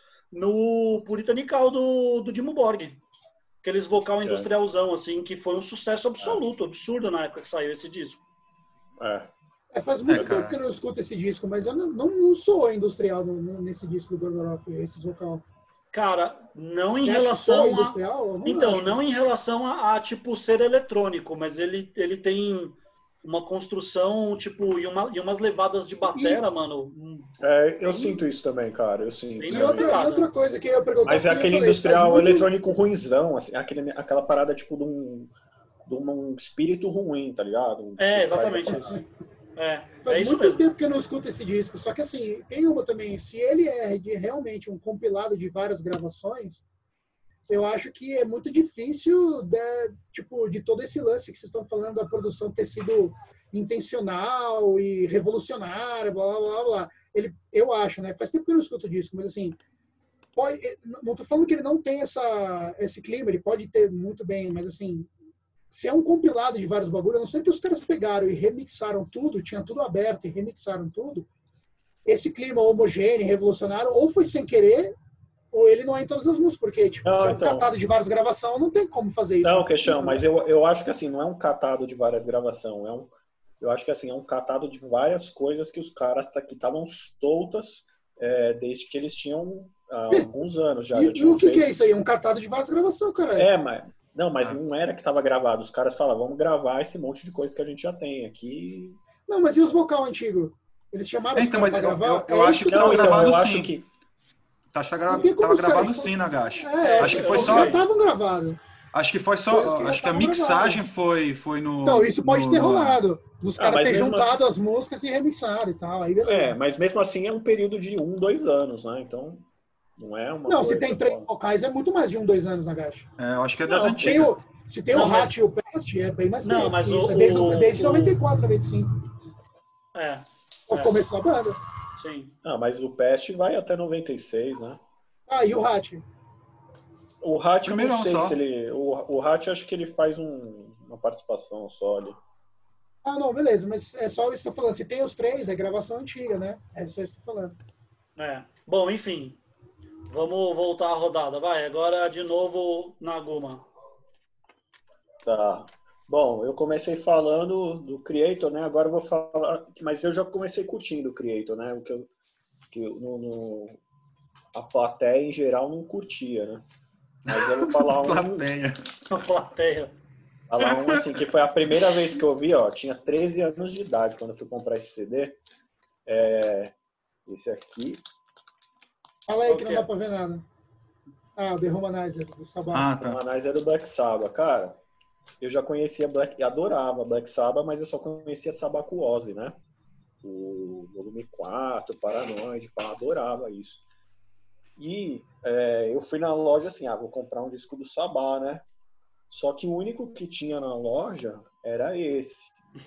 [SPEAKER 1] no Puritanical do, do Dimmu Borgir. Aqueles vocal industrialzão, assim, que foi um sucesso absoluto, absurdo na época que saiu esse disco.
[SPEAKER 4] é.
[SPEAKER 2] É, faz muito
[SPEAKER 3] É, cara.
[SPEAKER 2] tempo que eu não escuto esse disco, mas eu não, não, não sou industrial no- no- nesse disco do Gorgoroth, esses vocal.
[SPEAKER 1] Cara, não em
[SPEAKER 2] Você acha que sou
[SPEAKER 1] relação a...
[SPEAKER 2] industrial? Eu não
[SPEAKER 1] Então,
[SPEAKER 2] acho.
[SPEAKER 1] não em relação a, a, tipo, ser eletrônico, mas ele, ele tem uma construção, tipo, e, uma, e umas levadas de batera, mano. hum,
[SPEAKER 4] É, eu
[SPEAKER 1] Bem-
[SPEAKER 4] sinto isso também, cara. Eu sinto.
[SPEAKER 1] bem
[SPEAKER 2] E outra, e
[SPEAKER 1] inspirado.
[SPEAKER 2] outra coisa que eu ia perguntar,
[SPEAKER 4] Mas é
[SPEAKER 2] porque eu
[SPEAKER 4] aquele
[SPEAKER 2] falei, faz
[SPEAKER 4] industrial
[SPEAKER 2] muito-
[SPEAKER 4] eletrônico ruinzão, assim, aquele, aquela parada tipo de um, de um espírito ruim, tá ligado?
[SPEAKER 1] É, exatamente isso. É,
[SPEAKER 2] Faz
[SPEAKER 1] é isso
[SPEAKER 2] muito
[SPEAKER 1] mesmo.
[SPEAKER 2] tempo que eu não escuto esse disco, só que assim, tem uma também, se ele é de realmente um compilado de várias gravações, eu acho que é muito difícil de, tipo, de todo esse lance que vocês estão falando da produção ter sido intencional e revolucionária, blá, blá, blá, blá. Ele, eu acho, né? Faz tempo que eu não escuto o disco, mas assim, pode, não tô falando que ele não tem essa, esse clima, ele pode ter muito bem, mas assim, se é um compilado de vários bagulhos, a não ser que os caras pegaram e remixaram tudo, tinha tudo aberto e remixaram tudo, esse clima homogêneo, revolucionário, ou foi sem querer, ou ele não é em todas as músicas, porque tipo,
[SPEAKER 4] Não,
[SPEAKER 2] se é um
[SPEAKER 4] então.
[SPEAKER 2] catado de várias gravações, não tem como fazer isso.
[SPEAKER 4] Não,
[SPEAKER 2] é
[SPEAKER 4] Queixão,
[SPEAKER 2] possível,
[SPEAKER 4] mas
[SPEAKER 2] né?
[SPEAKER 4] eu, eu acho que assim, não é um catado de várias gravações, é um, eu acho que assim, é um catado de várias coisas que os caras tá, que estavam soltas é, desde que eles tinham há alguns anos já. já
[SPEAKER 2] E, e
[SPEAKER 4] tinham
[SPEAKER 2] o que,
[SPEAKER 4] feito.
[SPEAKER 2] que é isso aí? É um catado de várias gravações, caralho.
[SPEAKER 4] É, mas não, mas
[SPEAKER 3] Ah.
[SPEAKER 4] não era que estava gravado. Os caras falavam, vamos gravar esse monte de coisa que a gente já tem aqui.
[SPEAKER 2] Não, mas e os vocal antigos? Eles chamaram
[SPEAKER 3] É,
[SPEAKER 2] os
[SPEAKER 3] então,
[SPEAKER 2] caras pra
[SPEAKER 3] mas eu-
[SPEAKER 2] gravar?
[SPEAKER 3] eu- eu
[SPEAKER 2] É
[SPEAKER 3] acho
[SPEAKER 2] isso
[SPEAKER 3] que
[SPEAKER 2] eu tô
[SPEAKER 3] tava
[SPEAKER 4] Não, então,
[SPEAKER 2] falando.
[SPEAKER 3] gravado
[SPEAKER 4] eu acho
[SPEAKER 3] sim.
[SPEAKER 4] que
[SPEAKER 3] Tá, tá gra...
[SPEAKER 2] Não tem como
[SPEAKER 3] Tava
[SPEAKER 2] os caras-
[SPEAKER 3] gravado sim, Nagashi.
[SPEAKER 2] É,
[SPEAKER 3] Acho que foi
[SPEAKER 2] eles
[SPEAKER 3] só.
[SPEAKER 2] já estavam gravados.
[SPEAKER 3] Acho que foi só.
[SPEAKER 2] Coisas que já
[SPEAKER 3] Acho que a
[SPEAKER 2] estavam
[SPEAKER 3] mixagem foi, foi no.
[SPEAKER 2] Então, isso pode
[SPEAKER 3] no-
[SPEAKER 2] ter
[SPEAKER 3] no-
[SPEAKER 2] rolado. Os
[SPEAKER 4] Ah,
[SPEAKER 2] caras
[SPEAKER 4] mas
[SPEAKER 2] terem
[SPEAKER 4] mesmo
[SPEAKER 2] juntado as músicas e remixado e tal. Aí beleza.
[SPEAKER 4] É, mas mesmo assim é um período de um, dois anos, né? Então, não é uma
[SPEAKER 2] Não,
[SPEAKER 4] coisa...
[SPEAKER 2] se tem três
[SPEAKER 4] pô.
[SPEAKER 2] vocais, é muito mais de um, dois anos na Gacha.
[SPEAKER 3] É, eu acho que é das
[SPEAKER 4] Não,
[SPEAKER 3] antigas.
[SPEAKER 2] Tem o, se tem
[SPEAKER 1] Não,
[SPEAKER 2] o
[SPEAKER 1] mas-
[SPEAKER 2] Hat e o Pest, é bem mais
[SPEAKER 1] Não,
[SPEAKER 2] tempo.
[SPEAKER 1] mas
[SPEAKER 2] que
[SPEAKER 1] o-
[SPEAKER 2] isso. É desde,
[SPEAKER 1] o-
[SPEAKER 2] desde
[SPEAKER 1] o-
[SPEAKER 2] noventa e quatro, noventa e cinco.
[SPEAKER 1] É,
[SPEAKER 2] É o
[SPEAKER 1] É.
[SPEAKER 2] começo da banda.
[SPEAKER 1] sim.
[SPEAKER 4] Ah, mas o Pest vai até noventa e seis, né?
[SPEAKER 2] Ah, e o Hat?
[SPEAKER 4] O Hat, eu não
[SPEAKER 3] Primeirão
[SPEAKER 4] sei
[SPEAKER 3] só.
[SPEAKER 4] se ele... O, o Hat, acho que ele faz um, uma participação só ali.
[SPEAKER 2] Ah, não, beleza. Mas é só isso que eu tô falando. Se tem os três, é gravação antiga, né? É só isso que eu tô falando.
[SPEAKER 1] É. Bom, enfim. Vamos voltar à rodada. Vai, agora de novo Naguma.
[SPEAKER 4] Tá. Bom, eu comecei falando do Creator, né? Agora eu vou falar... Mas eu já comecei curtindo o Creator, né? O que eu... Que eu- no, no, a plateia em geral não curtia, né? Mas eu vou falar um...
[SPEAKER 3] Plateia.
[SPEAKER 1] A plateia.
[SPEAKER 4] Falar um assim, que foi a primeira vez que eu vi, ó, tinha treze anos de idade quando eu fui comprar esse C D. É, esse aqui.
[SPEAKER 2] Fala aí que
[SPEAKER 1] Ok.
[SPEAKER 2] não dá pra ver nada. Ah, o The Humanizer, do Sabbath.
[SPEAKER 3] Ah,
[SPEAKER 4] O
[SPEAKER 3] tá.
[SPEAKER 4] Humanizer do Black Sabbath. Cara, eu já conhecia Black, adorava Black Sabbath, mas eu só conhecia Sabbath com Ozzy, né? O volume quatro, Paranoid, pá, adorava isso. E é, eu fui na loja assim, ah, vou comprar um disco do Sabbath, né? Só que o único que tinha na loja era esse.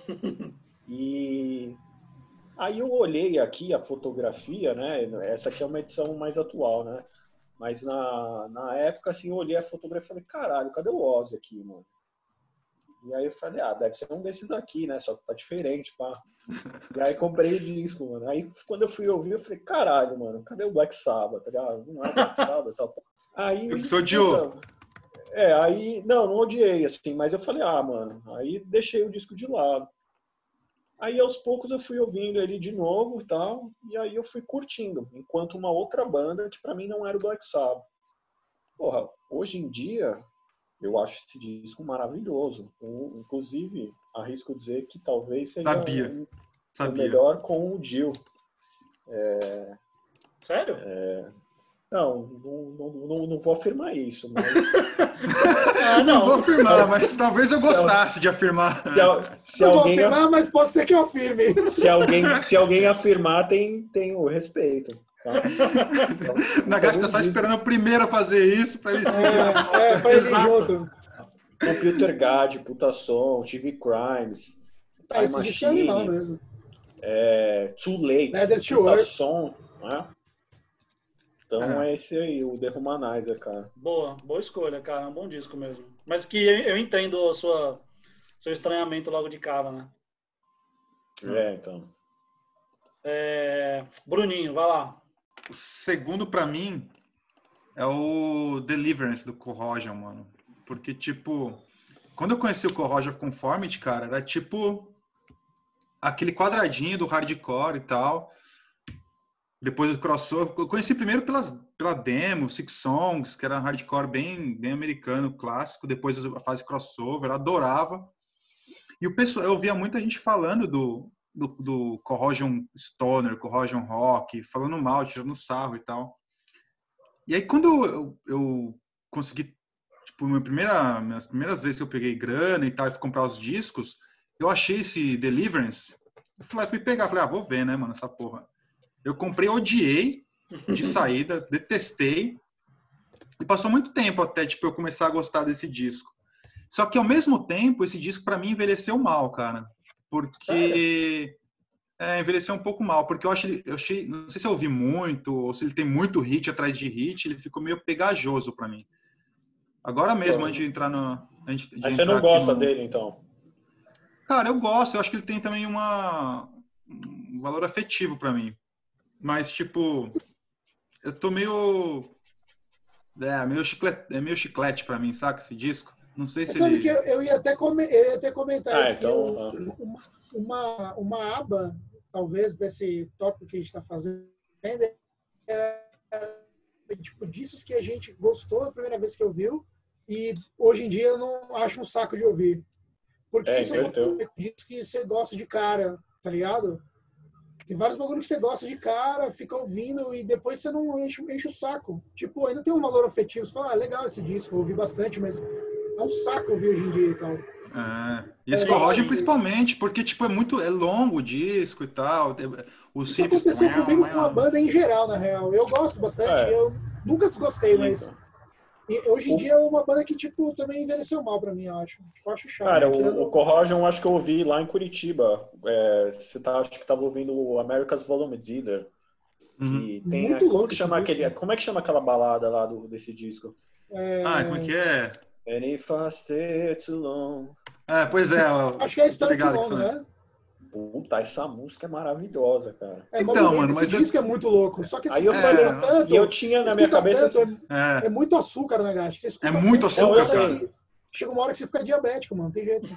[SPEAKER 4] E aí eu olhei aqui a fotografia, né? Essa aqui é uma edição mais atual, né? Mas na, na época, assim, eu olhei a fotografia e falei, caralho, cadê o Ozzy aqui, mano? E aí eu falei, ah, deve ser um desses aqui, né? Só que tá diferente, pá. E aí comprei o disco, mano. Aí quando eu fui ouvir, eu falei, caralho, mano, cadê o Black Sabbath? Tá ligado? Não é Black Sabbath, essa porra. Aí,
[SPEAKER 3] E o que você odiou?
[SPEAKER 4] puta, é, aí, não, não odiei, assim, mas eu falei, ah, mano, aí deixei o disco de lado. Aí aos poucos eu fui ouvindo ele de novo e tal, e aí eu fui curtindo, enquanto uma outra banda que pra mim não era o Black Sabbath. Porra, hoje em dia eu acho esse disco maravilhoso. Eu, inclusive, arrisco dizer que talvez seja
[SPEAKER 3] Sabia.
[SPEAKER 4] um, o
[SPEAKER 3] Sabia.
[SPEAKER 4] melhor com o Dio.
[SPEAKER 1] Sério?
[SPEAKER 4] Não, não, não, não, não vou afirmar isso, mas
[SPEAKER 1] Ah,
[SPEAKER 3] Não vou
[SPEAKER 1] não.
[SPEAKER 3] afirmar, mas talvez eu gostasse de afirmar.
[SPEAKER 4] se, al- se
[SPEAKER 2] Não vou
[SPEAKER 4] alguém,
[SPEAKER 2] afirmar, mas pode ser que eu afirme.
[SPEAKER 4] se alguém, se alguém afirmar, tem, tem o respeito. Tá?
[SPEAKER 3] Nagashi tá só esperando o primeiro a fazer isso pra ele seguir.
[SPEAKER 2] É, é pra ele ir
[SPEAKER 1] Exato.
[SPEAKER 2] junto.
[SPEAKER 4] Computer Guide, Puta Som, T V Crimes,
[SPEAKER 2] Ah,
[SPEAKER 4] Time
[SPEAKER 2] esse disco é animal
[SPEAKER 4] Machine,
[SPEAKER 2] mesmo.
[SPEAKER 4] é, Too Late,
[SPEAKER 2] Leather to
[SPEAKER 4] Puta
[SPEAKER 2] Earth.
[SPEAKER 4] Som, né? Então
[SPEAKER 3] É.
[SPEAKER 4] é esse aí, o The Humanizer, cara.
[SPEAKER 1] Boa, boa escolha, cara. É um bom disco mesmo. Mas que eu, eu entendo a sua, seu estranhamento logo de cara, né?
[SPEAKER 4] É, então.
[SPEAKER 1] É, Bruninho, vai lá.
[SPEAKER 3] O segundo pra mim é o Deliverance do Corrosion, mano. Porque, tipo, quando eu conheci o Corrosion of Conformity, cara, era tipo aquele quadradinho do hardcore e tal. Depois do crossover. Eu conheci primeiro pelas, pela demo, Six Songs, que era hardcore bem, bem americano, clássico. Depois a fase crossover, eu adorava. E o pessoal, eu ouvia muita gente falando do, do, do Corrosion Stoner, Corrosion Rock, falando mal, tirando sarro e tal. E aí, quando eu, eu consegui, tipo, minha primeira, minhas primeiras vezes que eu peguei grana e tal, e fui comprar os discos, eu achei esse Deliverance. Eu falei, fui pegar, falei, ah, vou ver, né, mano, essa porra. Eu comprei, odiei de saída, detestei. E passou muito tempo até, tipo, eu começar a gostar desse disco. Só que, ao mesmo tempo, esse disco, pra mim, envelheceu mal, cara. Porque... É, envelheceu um pouco mal, porque eu, acho, eu achei, não sei se eu ouvi muito, ou se ele tem muito hit atrás de hit, ele ficou meio pegajoso pra mim. Agora mesmo,
[SPEAKER 4] Pô,
[SPEAKER 3] antes de entrar no... Antes de
[SPEAKER 4] Mas você
[SPEAKER 3] entrar
[SPEAKER 4] não
[SPEAKER 3] aqui
[SPEAKER 4] gosta
[SPEAKER 3] no...
[SPEAKER 4] dele, então?
[SPEAKER 3] Cara, eu gosto, eu acho que ele tem também uma, um valor afetivo pra mim. Mas, tipo, eu tô meio... É, meio chiclete, é meio chiclete pra mim, saca, esse disco? Não sei
[SPEAKER 2] Você
[SPEAKER 3] se
[SPEAKER 2] sabe
[SPEAKER 3] ele...
[SPEAKER 2] que eu, eu, ia até come, eu ia até comentar
[SPEAKER 4] Ah,
[SPEAKER 2] isso, que
[SPEAKER 4] então...
[SPEAKER 2] eu, uma, uma, uma aba, talvez, desse tópico que a gente está fazendo, era tipo, discos que a gente gostou a primeira vez que ouviu e hoje em dia eu não acho um saco de ouvir. Porque
[SPEAKER 4] É,
[SPEAKER 2] isso é
[SPEAKER 4] inverteu.
[SPEAKER 2] um disco que você gosta de cara, tá ligado? Tem vários bagulhos que você gosta de cara, fica ouvindo e depois você não enche, enche o saco. Tipo, ainda tem um valor afetivo. Você fala, ah, legal esse disco, eu ouvi bastante, mas é um saco ouvir hoje em dia e tal.
[SPEAKER 3] É. E esse
[SPEAKER 1] É,
[SPEAKER 3] Corrosion
[SPEAKER 1] e-
[SPEAKER 3] principalmente, porque tipo, é muito é longo o disco e tal. Os
[SPEAKER 2] Isso
[SPEAKER 3] riffs...
[SPEAKER 2] aconteceu comigo com a banda em geral, na real. Eu gosto bastante,
[SPEAKER 4] É.
[SPEAKER 2] eu nunca desgostei, mas
[SPEAKER 4] Então.
[SPEAKER 2] e hoje em dia é uma banda que, tipo, também envelheceu mal pra mim, eu acho. Tipo, eu acho chato.
[SPEAKER 4] Cara,
[SPEAKER 2] né?
[SPEAKER 4] o,
[SPEAKER 2] Tirando-
[SPEAKER 4] o Corrosion eu acho que eu ouvi lá em Curitiba. É, você tá, acho que tava ouvindo o America's Volume Dealer. Que tem
[SPEAKER 2] Muito
[SPEAKER 4] a, como
[SPEAKER 2] louco
[SPEAKER 4] que
[SPEAKER 2] esse
[SPEAKER 4] chama
[SPEAKER 2] disco.
[SPEAKER 4] aquele, como é que chama aquela balada lá do, desse disco?
[SPEAKER 2] É,
[SPEAKER 3] Ah, como é que é?
[SPEAKER 4] And if I stay too long.
[SPEAKER 3] É, pois é. Eu,
[SPEAKER 2] Acho que é
[SPEAKER 3] tô
[SPEAKER 2] Story Too
[SPEAKER 3] ligado que
[SPEAKER 2] Long,
[SPEAKER 3] são esses.
[SPEAKER 2] né?
[SPEAKER 4] Puta, essa música é maravilhosa, cara.
[SPEAKER 2] É mó
[SPEAKER 3] Então,
[SPEAKER 2] bonito.
[SPEAKER 3] mano,
[SPEAKER 2] Esse
[SPEAKER 3] mas eu-
[SPEAKER 2] disco é muito louco. Só que
[SPEAKER 4] Aí
[SPEAKER 2] você
[SPEAKER 4] eu
[SPEAKER 3] falei-
[SPEAKER 2] escuta tanto,
[SPEAKER 4] E eu tinha na minha
[SPEAKER 2] escuta
[SPEAKER 4] cabeça
[SPEAKER 2] tanto,
[SPEAKER 4] assim,
[SPEAKER 2] é,
[SPEAKER 3] É,
[SPEAKER 2] é muito açúcar na gacha. Você escuta
[SPEAKER 3] É muito
[SPEAKER 2] tanto, chega uma
[SPEAKER 4] açúcar,
[SPEAKER 2] hora
[SPEAKER 4] cara.
[SPEAKER 2] que- Chega uma hora que você fica diabético, mano. Tem jeito.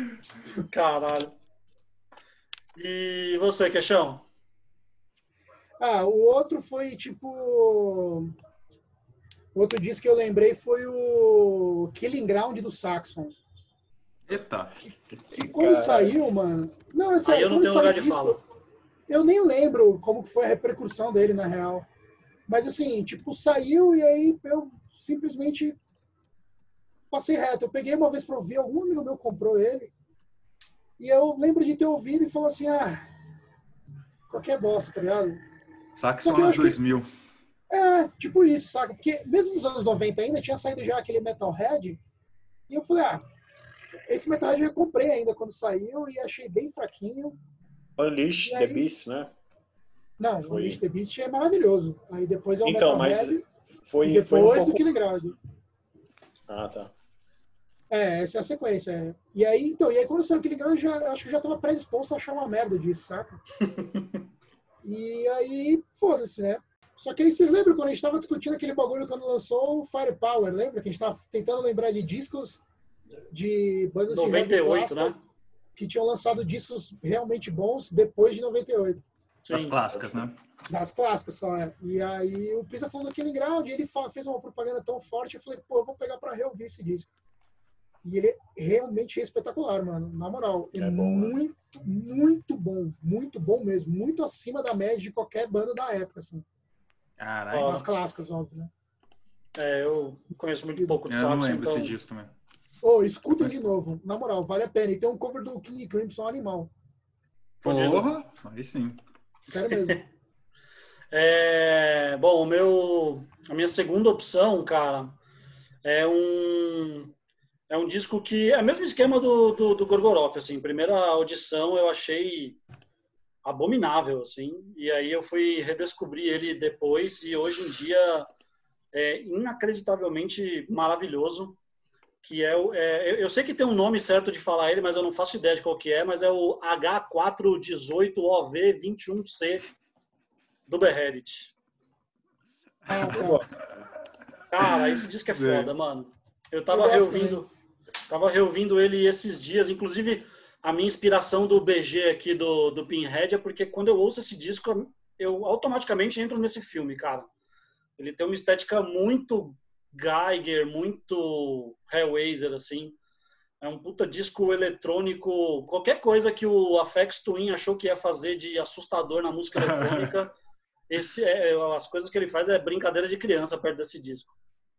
[SPEAKER 1] Caralho. E você, Queixão?
[SPEAKER 2] Ah, o outro foi tipo... O outro disco que eu lembrei foi o Killing Ground do Saxon.
[SPEAKER 3] Eita.
[SPEAKER 2] Que quando
[SPEAKER 4] Cara,
[SPEAKER 2] saiu, mano... Não, é
[SPEAKER 1] Aí
[SPEAKER 2] sério,
[SPEAKER 1] eu não
[SPEAKER 2] quando
[SPEAKER 1] tenho
[SPEAKER 2] saiu
[SPEAKER 1] lugar
[SPEAKER 2] esse
[SPEAKER 1] de
[SPEAKER 2] disco,
[SPEAKER 1] fala.
[SPEAKER 2] eu nem lembro como que foi a repercussão dele, na real. Mas assim, tipo, saiu e aí eu simplesmente passei reto. Eu peguei uma vez pra ouvir, algum amigo meu comprou ele. E eu lembro de ter ouvido e falou assim, ah, qualquer bosta, tá ligado? Só
[SPEAKER 3] Saxon
[SPEAKER 2] que eu
[SPEAKER 3] anos
[SPEAKER 2] acho que
[SPEAKER 3] dois mil.
[SPEAKER 2] é, tipo isso, saca? Porque mesmo nos anos noventa ainda tinha saído já aquele Metalhead. E eu falei, ah, esse Metalhead eu comprei ainda quando saiu e achei bem fraquinho. E
[SPEAKER 4] Unleash the
[SPEAKER 2] aí,
[SPEAKER 4] Beast, né?
[SPEAKER 2] não, o
[SPEAKER 4] Foi.
[SPEAKER 2] Unleash the Beast é maravilhoso. Aí depois é o
[SPEAKER 4] Então, mas
[SPEAKER 2] Metalhead
[SPEAKER 4] foi,
[SPEAKER 2] e
[SPEAKER 4] foi um
[SPEAKER 2] depois do
[SPEAKER 4] pouco...
[SPEAKER 2] Killing Ground.
[SPEAKER 4] Ah, tá.
[SPEAKER 2] É, essa é a sequência. É. E aí, então, e aí quando saiu aquele grande, eu já acho que eu já tava predisposto a achar uma merda disso, saca? E aí, foda-se, né? Só que aí vocês lembram quando a gente tava discutindo aquele bagulho quando lançou o Firepower, lembra? Que a gente tava tentando lembrar de discos de bandas de
[SPEAKER 1] noventa e
[SPEAKER 2] heavy
[SPEAKER 1] oito,
[SPEAKER 2] clássica
[SPEAKER 1] né?
[SPEAKER 2] que tinham lançado discos realmente bons depois de noventa e oito.
[SPEAKER 3] Das
[SPEAKER 1] Sim.
[SPEAKER 3] clássicas, né?
[SPEAKER 2] Das clássicas só, é. E aí o Pisa falou do Killing Ground e ele fez uma propaganda tão forte, eu falei, pô, eu vou pegar pra reouvir esse disco. E ele realmente é espetacular, mano. Na moral, é,
[SPEAKER 4] É bom, né?
[SPEAKER 2] muito, muito bom. Muito bom mesmo. Muito acima da média de qualquer banda da época, assim.
[SPEAKER 3] Caralho.
[SPEAKER 2] Das clássicas, óbvio, né?
[SPEAKER 1] É, eu conheço muito pouco de
[SPEAKER 3] Eu não
[SPEAKER 1] Saxon,
[SPEAKER 3] lembro
[SPEAKER 1] então...
[SPEAKER 3] esse disco também.
[SPEAKER 2] Ô, escutem
[SPEAKER 3] Mas-
[SPEAKER 2] de novo. Na moral, vale a pena. E tem um cover do King Crimson Animal.
[SPEAKER 3] Porra! Aí sim.
[SPEAKER 2] Sério mesmo.
[SPEAKER 1] É, bom, o meu, a minha segunda opção, cara, é um, é um disco que é o mesmo esquema do, do, do Gorgoroth, assim. Primeira audição eu achei abominável, assim. E aí eu fui redescobrir ele depois e hoje em dia é inacreditavelmente maravilhoso. Que é, o, é, eu sei que tem um nome certo de falar ele, mas eu não faço ideia de qual que é, mas é o H quatro dezoito O V vinte e um C do Beherit.
[SPEAKER 2] Ah,
[SPEAKER 4] Eu
[SPEAKER 2] tá.
[SPEAKER 4] gosto.
[SPEAKER 1] Cara, esse disco é
[SPEAKER 3] Sim.
[SPEAKER 1] foda, mano. Eu tava
[SPEAKER 2] Eu gosto
[SPEAKER 1] reouvindo, tava reouvindo ele esses dias, inclusive a minha inspiração do B G aqui do, do Pinhead é porque quando eu ouço esse disco, eu automaticamente entro nesse filme, cara. Ele tem uma estética muito Geiger, muito Hellraiser, assim. É um puta disco eletrônico. Qualquer coisa que o Aphex Twin achou que ia fazer de assustador na música eletrônica, esse é, as coisas que ele faz é brincadeira de criança perto desse disco.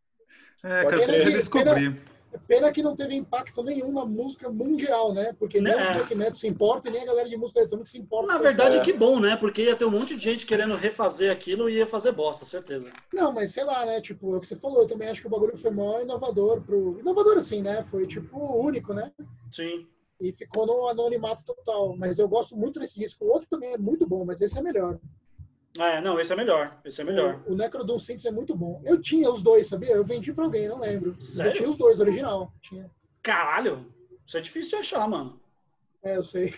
[SPEAKER 3] É,
[SPEAKER 4] Pode
[SPEAKER 3] cara, eu preciso
[SPEAKER 2] Pena que,
[SPEAKER 3] redescobrir.
[SPEAKER 2] pena, pena que não teve impacto nenhum na música mundial, né? Porque nem
[SPEAKER 1] É.
[SPEAKER 2] os black metal se importam e nem a galera de música eletrônica se importa.
[SPEAKER 1] Na
[SPEAKER 2] com
[SPEAKER 1] verdade,
[SPEAKER 2] isso.
[SPEAKER 1] que bom, né? Porque ia ter um monte de gente querendo refazer aquilo e ia fazer bosta, certeza.
[SPEAKER 2] Não, mas sei lá, né? Tipo, é o que você falou, eu também acho que o bagulho foi mó inovador pro. Inovador assim, né? Foi tipo único, né?
[SPEAKER 1] Sim.
[SPEAKER 2] E ficou no anonimato total. Mas eu gosto muito desse disco. O outro também é muito bom, mas esse é melhor.
[SPEAKER 1] É, não, esse é melhor. Esse é melhor.
[SPEAKER 2] O, o Necrodon Synths é muito bom. Eu tinha os dois, sabia? Eu vendi pra alguém, não lembro. Mas
[SPEAKER 1] Sério?
[SPEAKER 2] eu tinha os dois, original. Tinha.
[SPEAKER 1] Caralho! Isso é difícil de achar, mano.
[SPEAKER 2] É, eu sei.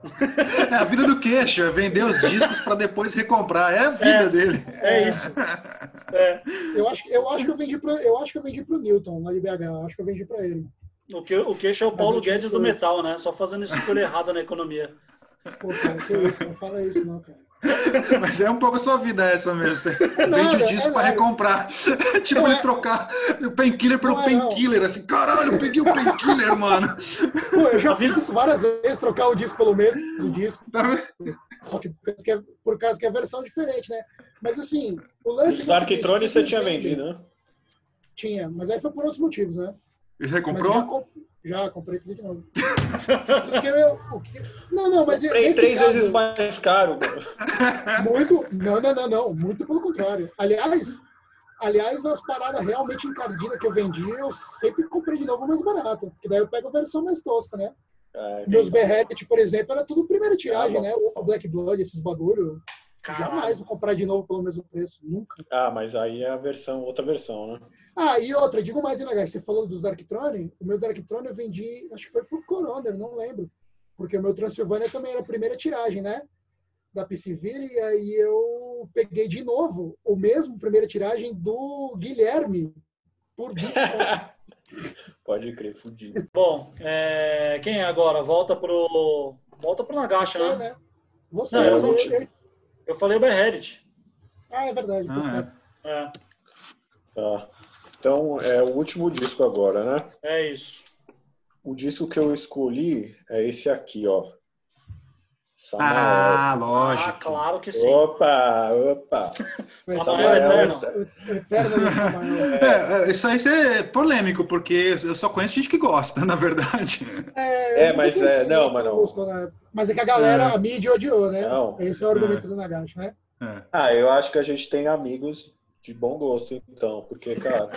[SPEAKER 3] É a vida do queixo, é vender os discos pra depois recomprar. É a vida
[SPEAKER 1] É.
[SPEAKER 3] dele.
[SPEAKER 1] É isso. É.
[SPEAKER 2] Eu acho, que- eu acho que eu vendi pro, eu acho que eu vendi pro Newton, lá de B H. Eu acho que eu vendi pra ele.
[SPEAKER 1] O, que, o queixo é o
[SPEAKER 2] Mas
[SPEAKER 1] Paulo
[SPEAKER 2] eu tinha
[SPEAKER 1] Guedes do
[SPEAKER 2] dois.
[SPEAKER 1] metal, né? Só fazendo escolha errada na economia.
[SPEAKER 2] Pô, cara, que isso? Não fala isso, não, cara.
[SPEAKER 3] Mas é um pouco a sua vida essa mesmo. Você
[SPEAKER 2] nada,
[SPEAKER 3] vende o disco
[SPEAKER 2] é
[SPEAKER 3] pra
[SPEAKER 2] nada.
[SPEAKER 3] recomprar. Tipo,
[SPEAKER 2] Não
[SPEAKER 3] ele
[SPEAKER 2] é-
[SPEAKER 3] trocar o Painkiller pelo
[SPEAKER 2] Não é, não.
[SPEAKER 3] Painkiller. Assim, caralho, eu peguei o Painkiller, mano.
[SPEAKER 2] Pô, eu já fiz isso várias vezes, trocar o disco pelo mesmo disco.
[SPEAKER 3] Tá vendo?
[SPEAKER 2] Só que por causa que é, por causa que é versão diferente, né? Mas assim, o lance...
[SPEAKER 4] Dark
[SPEAKER 2] é o seguinte,
[SPEAKER 4] Throne
[SPEAKER 2] vocês
[SPEAKER 4] você
[SPEAKER 2] não
[SPEAKER 4] tinha
[SPEAKER 2] entendem.
[SPEAKER 4] vendido, né?
[SPEAKER 2] Tinha, mas aí foi por outros motivos, né?
[SPEAKER 3] Ele
[SPEAKER 2] Mas
[SPEAKER 3] recomprou?
[SPEAKER 2] já, comp- já comprei tudo de novo. Porque eu, o que... Não, não, mas
[SPEAKER 4] Comprei
[SPEAKER 2] nesse
[SPEAKER 4] três
[SPEAKER 2] caso,
[SPEAKER 4] vezes mais caro. mano.
[SPEAKER 2] muito... Não, não, não, não. Muito pelo contrário. Aliás, aliás, as paradas realmente encardidas que eu vendi, eu sempre comprei de novo mais barato. Porque daí eu pego a versão mais tosca, né?
[SPEAKER 4] Ah,
[SPEAKER 2] Meus
[SPEAKER 4] entendi.
[SPEAKER 2] Beherit, por exemplo, era tudo primeira tiragem,
[SPEAKER 4] Ah, bom.
[SPEAKER 2] né? O Black Blood, esses bagulho.
[SPEAKER 1] Caralho.
[SPEAKER 2] Jamais vou comprar de novo pelo mesmo preço. Nunca.
[SPEAKER 4] Ah, mas aí é a versão, outra versão, né?
[SPEAKER 2] Ah, e outra, digo mais, né, guys? Você falou dos Dark Throne. O meu Dark Throne eu vendi, acho que foi por Coroner, não lembro. Porque o meu Transylvania também era a primeira tiragem, né? Da P C V. E aí eu peguei de novo o mesmo primeira tiragem do Guilherme por vinte
[SPEAKER 4] Pode crer, fudido.
[SPEAKER 1] Bom, é, quem é agora? Volta pro, volta pro Nagacha,
[SPEAKER 2] Você,
[SPEAKER 1] né?
[SPEAKER 2] né? Você,
[SPEAKER 1] Não, eu
[SPEAKER 2] eu,
[SPEAKER 1] não
[SPEAKER 2] eu,
[SPEAKER 1] tive.
[SPEAKER 2] eu,
[SPEAKER 1] Eu falei o Beherit.
[SPEAKER 2] Ah, é verdade, tá
[SPEAKER 3] Ah, é.
[SPEAKER 2] certo.
[SPEAKER 1] É,
[SPEAKER 4] Tá. Então, é o último disco agora, né?
[SPEAKER 1] é isso.
[SPEAKER 4] O disco que eu escolhi é esse aqui, ó. Samael.
[SPEAKER 3] Ah,
[SPEAKER 1] Ah,
[SPEAKER 3] lógico.
[SPEAKER 1] claro que sim.
[SPEAKER 4] Opa, opa.
[SPEAKER 2] O
[SPEAKER 1] Samael
[SPEAKER 2] eterno,
[SPEAKER 1] Eterno.
[SPEAKER 2] o eterno do Samael.
[SPEAKER 3] É, é, isso aí é polêmico, porque eu só conheço gente que gosta, na verdade.
[SPEAKER 2] É, eu
[SPEAKER 4] É,
[SPEAKER 2] nunca
[SPEAKER 4] mas
[SPEAKER 2] conheci
[SPEAKER 4] é,
[SPEAKER 2] ninguém
[SPEAKER 4] não,
[SPEAKER 2] que
[SPEAKER 4] mas
[SPEAKER 2] não
[SPEAKER 4] não.
[SPEAKER 2] gostou na época. Mas é que a galera,
[SPEAKER 3] É.
[SPEAKER 2] a mídia odiou, né?
[SPEAKER 4] Não.
[SPEAKER 2] Esse é o argumento do Nagashi, né?
[SPEAKER 3] É.
[SPEAKER 4] Ah, eu acho que a gente tem amigos de bom gosto, então, porque, cara,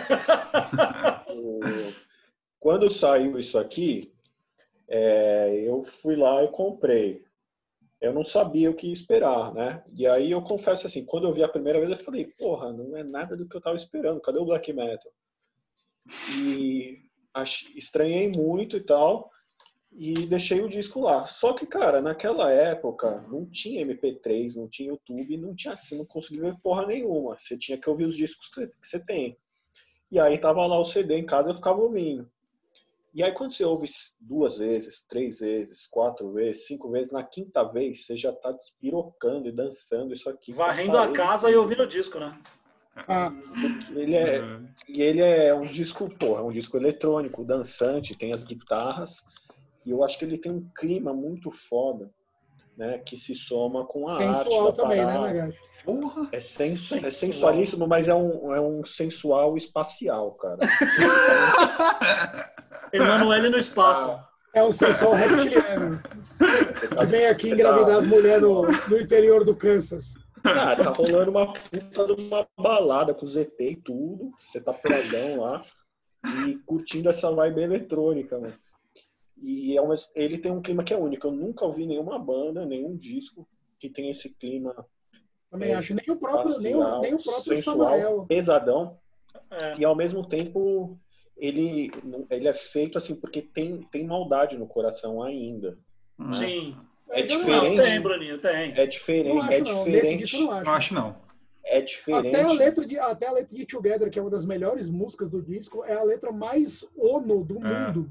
[SPEAKER 4] o- quando saiu isso aqui, é, eu fui lá e comprei. Eu não sabia o que esperar, né? E aí eu confesso assim, quando eu vi a primeira vez, eu falei, porra, não é nada do que eu tava esperando, cadê o black metal? E ach- estranhei muito e tal, e deixei o disco lá. Só que, cara, naquela época não tinha M P três, não tinha YouTube, não tinha, você não conseguia ver porra nenhuma. Você tinha que ouvir os discos que você- que você tem. E aí tava lá o C D em casa, eu ficava ouvindo. E aí quando você ouve duas vezes, três vezes, quatro vezes, cinco vezes, na quinta vez você já tá despirocando e dançando isso aqui. com as
[SPEAKER 1] Varrendo a
[SPEAKER 4] paredes,
[SPEAKER 1] casa e ouvindo o disco, né?
[SPEAKER 2] Ah,
[SPEAKER 4] porque ele é, e ele é um disco, porra, é um disco eletrônico, dançante, tem as guitarras, e eu acho que ele tem um clima muito foda, né, que se soma com a arte
[SPEAKER 2] sensual
[SPEAKER 4] da
[SPEAKER 2] também, né,
[SPEAKER 4] parada.
[SPEAKER 2] Nagashi?
[SPEAKER 3] Porra!
[SPEAKER 4] É, sensu,
[SPEAKER 1] Sensual.
[SPEAKER 4] é sensualíssimo, mas é um, é um sensual espacial, cara.
[SPEAKER 1] Emanuele no espaço.
[SPEAKER 2] É um sensual reptiliano que vem aqui
[SPEAKER 4] Você
[SPEAKER 2] engravidar
[SPEAKER 4] tá-
[SPEAKER 2] as mulheres no, no interior do Kansas.
[SPEAKER 4] Ah, tá rolando uma puta de uma balada com Z T e tudo. Você tá peladão lá e curtindo essa vibe eletrônica, mano. E é uma, ele tem um clima que é único. Eu nunca ouvi nenhuma banda, nenhum disco que tem esse clima
[SPEAKER 2] Também
[SPEAKER 4] é,
[SPEAKER 2] acho. Nem o próprio, nem o,
[SPEAKER 4] espacial,
[SPEAKER 2] nem o próprio
[SPEAKER 4] sensual,
[SPEAKER 2] Samael.
[SPEAKER 4] pesadão.
[SPEAKER 1] É.
[SPEAKER 4] E ao mesmo tempo ele, ele é feito assim porque tem, tem maldade no coração ainda. Né?
[SPEAKER 1] Sim.
[SPEAKER 4] É
[SPEAKER 2] Eu já não
[SPEAKER 1] Não,
[SPEAKER 4] diferente.
[SPEAKER 1] tem, Bruninho, tem.
[SPEAKER 4] É
[SPEAKER 2] Não
[SPEAKER 4] diferente.
[SPEAKER 2] acho,
[SPEAKER 4] É
[SPEAKER 2] não. Nesse disco eu não
[SPEAKER 4] diferente.
[SPEAKER 2] acho.
[SPEAKER 3] Não acho, não.
[SPEAKER 4] É
[SPEAKER 2] Até a,
[SPEAKER 4] diferente.
[SPEAKER 2] letra de, até a letra de Together, que é uma das melhores músicas do disco, é a letra mais ONU do
[SPEAKER 3] É.
[SPEAKER 2] mundo.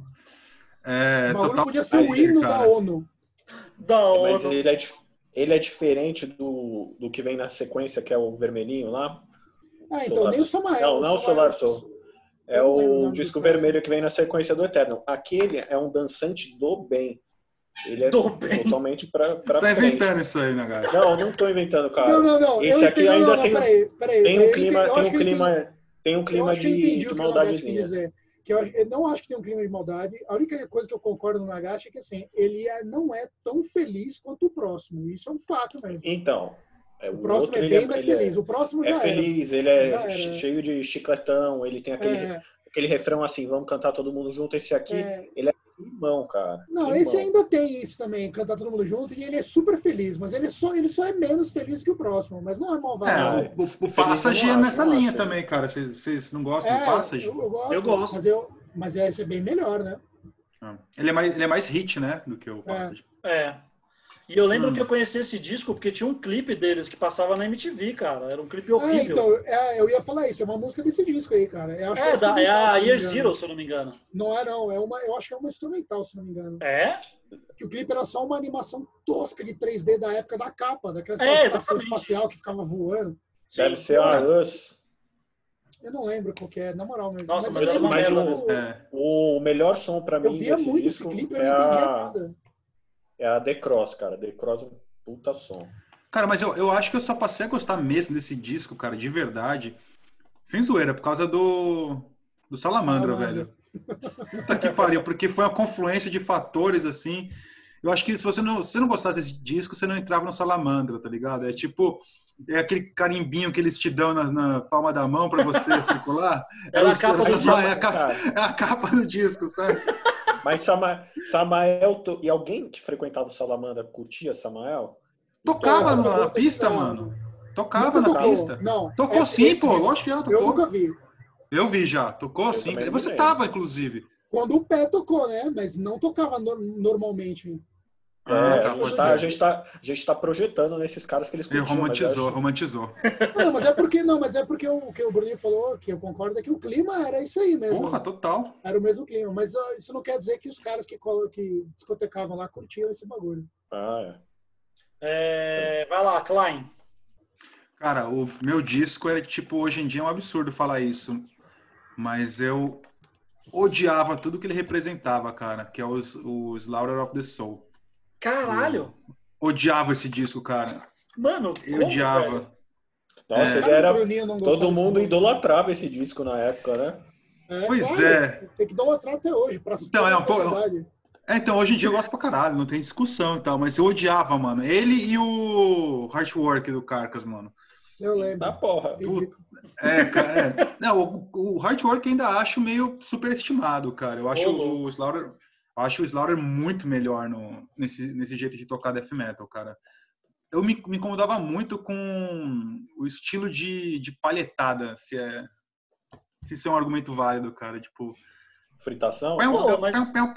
[SPEAKER 3] É,
[SPEAKER 2] O bagulho
[SPEAKER 3] total.
[SPEAKER 2] podia ser o
[SPEAKER 4] Mas,
[SPEAKER 2] hino
[SPEAKER 3] cara.
[SPEAKER 2] da ONU.
[SPEAKER 1] Da
[SPEAKER 4] Mas
[SPEAKER 1] ONU.
[SPEAKER 4] ele é, dif- ele é diferente do, do que vem na sequência, que é o vermelhinho lá.
[SPEAKER 2] Ah, então,
[SPEAKER 4] Solar
[SPEAKER 2] nem o
[SPEAKER 4] Soul.
[SPEAKER 2] Samael.
[SPEAKER 4] Não, não o Solar Soul. É
[SPEAKER 2] Eu não lembro o
[SPEAKER 4] o
[SPEAKER 2] nome
[SPEAKER 4] disco
[SPEAKER 2] do cara.
[SPEAKER 4] vermelho que vem na sequência do Eterno. Aquele é um dançante do bem. Ele é
[SPEAKER 1] Do bem.
[SPEAKER 4] totalmente pra, pra
[SPEAKER 3] Você tá
[SPEAKER 4] frente.
[SPEAKER 3] inventando isso aí, né, cara?
[SPEAKER 4] Não, não tô inventando, cara.
[SPEAKER 2] Não, não, não.
[SPEAKER 4] Esse
[SPEAKER 2] eu
[SPEAKER 4] aqui
[SPEAKER 2] entendo,
[SPEAKER 4] ainda
[SPEAKER 2] não, não,
[SPEAKER 4] tem,
[SPEAKER 2] peraí, peraí.
[SPEAKER 4] tem um
[SPEAKER 2] eu
[SPEAKER 4] clima,
[SPEAKER 2] entendi- eu
[SPEAKER 4] tem
[SPEAKER 2] acho
[SPEAKER 4] um
[SPEAKER 2] que eu entendi-
[SPEAKER 4] clima, tem um
[SPEAKER 2] Eu
[SPEAKER 4] clima
[SPEAKER 2] acho que eu
[SPEAKER 4] de,
[SPEAKER 2] entendi
[SPEAKER 4] de
[SPEAKER 2] o que o Nagashi quis
[SPEAKER 4] maldadezinha.
[SPEAKER 2] dizer. Que eu, acho- eu não acho que tem um clima de maldade. A única coisa que eu concordo no Nagashi é que assim, ele é- não é tão feliz quanto o próximo. Isso é um fato mesmo.
[SPEAKER 4] Então, é,
[SPEAKER 2] O
[SPEAKER 4] o
[SPEAKER 2] próximo
[SPEAKER 4] outro
[SPEAKER 2] é
[SPEAKER 4] ele
[SPEAKER 2] bem
[SPEAKER 4] é,
[SPEAKER 2] mais
[SPEAKER 4] ele é-
[SPEAKER 2] feliz. O próximo
[SPEAKER 4] é
[SPEAKER 2] já
[SPEAKER 4] feliz, ele
[SPEAKER 2] Já
[SPEAKER 4] é
[SPEAKER 2] era.
[SPEAKER 4] che- cheio de chicletão, ele tem aquele,
[SPEAKER 2] era. É,
[SPEAKER 4] aquele refrão assim, vamos cantar todo mundo junto. Esse aqui,
[SPEAKER 2] é.
[SPEAKER 4] ele é limão, cara.
[SPEAKER 2] Não,
[SPEAKER 4] limão.
[SPEAKER 2] esse ainda tem isso também, cantar todo mundo junto, e ele é super feliz, mas ele só, ele só é menos feliz que o próximo, mas não é malvado.
[SPEAKER 3] É,
[SPEAKER 2] não.
[SPEAKER 3] o, o, o
[SPEAKER 4] Feliz
[SPEAKER 3] Passage
[SPEAKER 4] eu
[SPEAKER 3] é
[SPEAKER 4] não
[SPEAKER 3] nessa
[SPEAKER 4] acho, não
[SPEAKER 3] linha
[SPEAKER 4] acho
[SPEAKER 3] também,
[SPEAKER 4] feliz.
[SPEAKER 3] cara. Vocês vocês não gostam do
[SPEAKER 2] É,
[SPEAKER 3] Passage?
[SPEAKER 2] eu, eu gosto,
[SPEAKER 1] Eu gosto.
[SPEAKER 2] mas, eu, mas esse é bem melhor, né?
[SPEAKER 3] Ah. Ele é mais, ele é mais hit, né, do que o
[SPEAKER 2] É.
[SPEAKER 3] Passage.
[SPEAKER 1] É. E eu lembro
[SPEAKER 3] Hum.
[SPEAKER 1] que eu conheci esse disco porque tinha um clipe deles que passava na M T V, cara. Era um clipe
[SPEAKER 2] Ah,
[SPEAKER 1] horrível.
[SPEAKER 2] então, é, eu ia falar isso, é uma música desse disco aí, cara. Eu acho que
[SPEAKER 1] É, da, é
[SPEAKER 2] instrumental,
[SPEAKER 1] a
[SPEAKER 2] se não me
[SPEAKER 1] Year
[SPEAKER 2] engano.
[SPEAKER 1] Zero, se eu não me engano.
[SPEAKER 2] Não é, não, é uma, eu acho que é uma instrumental, se não me engano.
[SPEAKER 1] É?
[SPEAKER 2] Que o clipe era só uma animação tosca de três D da época da capa, daquela
[SPEAKER 1] É,
[SPEAKER 2] estação
[SPEAKER 1] exatamente.
[SPEAKER 2] espacial que ficava voando.
[SPEAKER 4] Deve
[SPEAKER 1] Sim.
[SPEAKER 4] ser a Us.
[SPEAKER 2] Eu não lembro qual que é, na moral mesmo.
[SPEAKER 1] Nossa,
[SPEAKER 2] mas
[SPEAKER 1] mas
[SPEAKER 2] eu
[SPEAKER 1] era
[SPEAKER 2] lembro
[SPEAKER 1] uma
[SPEAKER 2] que
[SPEAKER 1] merda
[SPEAKER 2] o-
[SPEAKER 3] mesmo. É.
[SPEAKER 4] O melhor som pra
[SPEAKER 2] Eu
[SPEAKER 4] mim
[SPEAKER 2] via
[SPEAKER 4] desse
[SPEAKER 2] muito esse
[SPEAKER 4] disco
[SPEAKER 2] clipe, eu
[SPEAKER 4] é
[SPEAKER 2] não entendia
[SPEAKER 4] a,
[SPEAKER 2] nada.
[SPEAKER 4] é a The Cross, cara. The Cross é um puta som.
[SPEAKER 3] Cara, mas eu, eu acho que eu só passei a gostar mesmo desse disco, cara, de verdade. Sem zoeira, por causa do, do Salamandra,
[SPEAKER 2] Salamandra.
[SPEAKER 3] velho. Puta que pariu, porque foi uma confluência de fatores, assim. Eu acho que se você não, se você não gostasse desse disco, você não entrava no Salamandra, tá ligado? É tipo, é aquele carimbinho que eles te dão na, na palma da mão pra você circular.
[SPEAKER 1] Era a
[SPEAKER 3] o-
[SPEAKER 1] capa do
[SPEAKER 3] só-
[SPEAKER 1] disco,
[SPEAKER 3] é, a capa,
[SPEAKER 4] cara.
[SPEAKER 3] é a capa do disco, sabe?
[SPEAKER 4] Mas Sama, Samael, to- e alguém que frequentava o Salamandra curtia Samael?
[SPEAKER 3] Tocava
[SPEAKER 2] Essa
[SPEAKER 3] na
[SPEAKER 2] pergunta
[SPEAKER 3] pista,
[SPEAKER 2] que tá-
[SPEAKER 3] mano. Tocava
[SPEAKER 2] Nunca
[SPEAKER 3] na
[SPEAKER 2] tocou.
[SPEAKER 3] pista.
[SPEAKER 2] Não.
[SPEAKER 3] Tocou
[SPEAKER 2] esse-
[SPEAKER 3] sim,
[SPEAKER 2] esse
[SPEAKER 3] pô.
[SPEAKER 2] disco
[SPEAKER 3] Lógico que já
[SPEAKER 2] Eu
[SPEAKER 3] tocou.
[SPEAKER 2] nunca vi.
[SPEAKER 3] Eu vi já. Tocou
[SPEAKER 4] Eu
[SPEAKER 3] sim.
[SPEAKER 4] também não
[SPEAKER 3] Você
[SPEAKER 4] me
[SPEAKER 3] tava,
[SPEAKER 4] lembro.
[SPEAKER 3] inclusive.
[SPEAKER 2] Quando o pé tocou, né? Mas não tocava no- normalmente.
[SPEAKER 4] É,
[SPEAKER 3] Ah,
[SPEAKER 4] a,
[SPEAKER 3] tá,
[SPEAKER 4] gente
[SPEAKER 3] pode
[SPEAKER 4] tá,
[SPEAKER 3] ser.
[SPEAKER 4] a, gente tá, a gente tá projetando nesses caras que eles
[SPEAKER 3] Ele
[SPEAKER 4] curtiam. mas eu
[SPEAKER 3] romantizou,
[SPEAKER 4] acho-
[SPEAKER 3] romantizou.
[SPEAKER 2] Não, mas é porque não, mas é porque o que o Bruninho falou, que eu concordo, é que o clima era isso aí mesmo.
[SPEAKER 3] Porra, total.
[SPEAKER 2] Era o mesmo clima. Mas ó, isso não quer dizer que os caras que, colo- que discotecavam lá curtiam esse bagulho.
[SPEAKER 4] Ah, é.
[SPEAKER 1] É, vai lá, Klein.
[SPEAKER 3] Cara, o meu disco era tipo, hoje em dia é um absurdo falar isso, mas eu odiava tudo que ele representava, cara, que é o, o Slaughter of the Soul.
[SPEAKER 1] Caralho!
[SPEAKER 3] Odiava esse disco, cara.
[SPEAKER 1] Mano,
[SPEAKER 3] Eu
[SPEAKER 1] como,
[SPEAKER 3] odiava.
[SPEAKER 1] velho?
[SPEAKER 4] Nossa,
[SPEAKER 3] É.
[SPEAKER 4] ele
[SPEAKER 2] Cara, o
[SPEAKER 4] era...
[SPEAKER 2] Bruninho não gostava
[SPEAKER 4] Todo mundo
[SPEAKER 2] desse
[SPEAKER 4] idolatrava esse disco na época, né?
[SPEAKER 2] É,
[SPEAKER 3] Pois
[SPEAKER 2] claro,
[SPEAKER 3] é.
[SPEAKER 2] tem que idolatrar até hoje, pra
[SPEAKER 3] Então,
[SPEAKER 2] toda
[SPEAKER 3] é
[SPEAKER 2] a
[SPEAKER 3] um pouco-
[SPEAKER 2] eternidade.
[SPEAKER 3] É, então, hoje em dia eu gosto pra caralho, não tem discussão e tal, mas eu odiava, mano. Ele e o Heartwork do Carcass, mano.
[SPEAKER 2] Eu lembro.
[SPEAKER 4] Ah, porra.
[SPEAKER 2] Ridículo.
[SPEAKER 3] É, cara, é. Não, o, o Heartwork ainda acho meio superestimado, cara. Eu acho
[SPEAKER 1] Ô, louco.
[SPEAKER 3] o Slaughter, eu acho o Slaughter muito melhor no, nesse, nesse jeito de tocar death metal, cara. Eu me, me incomodava muito com o estilo de, de palhetada, se é se isso é um argumento válido, cara, tipo...
[SPEAKER 4] Fritação?
[SPEAKER 1] Pô, mas-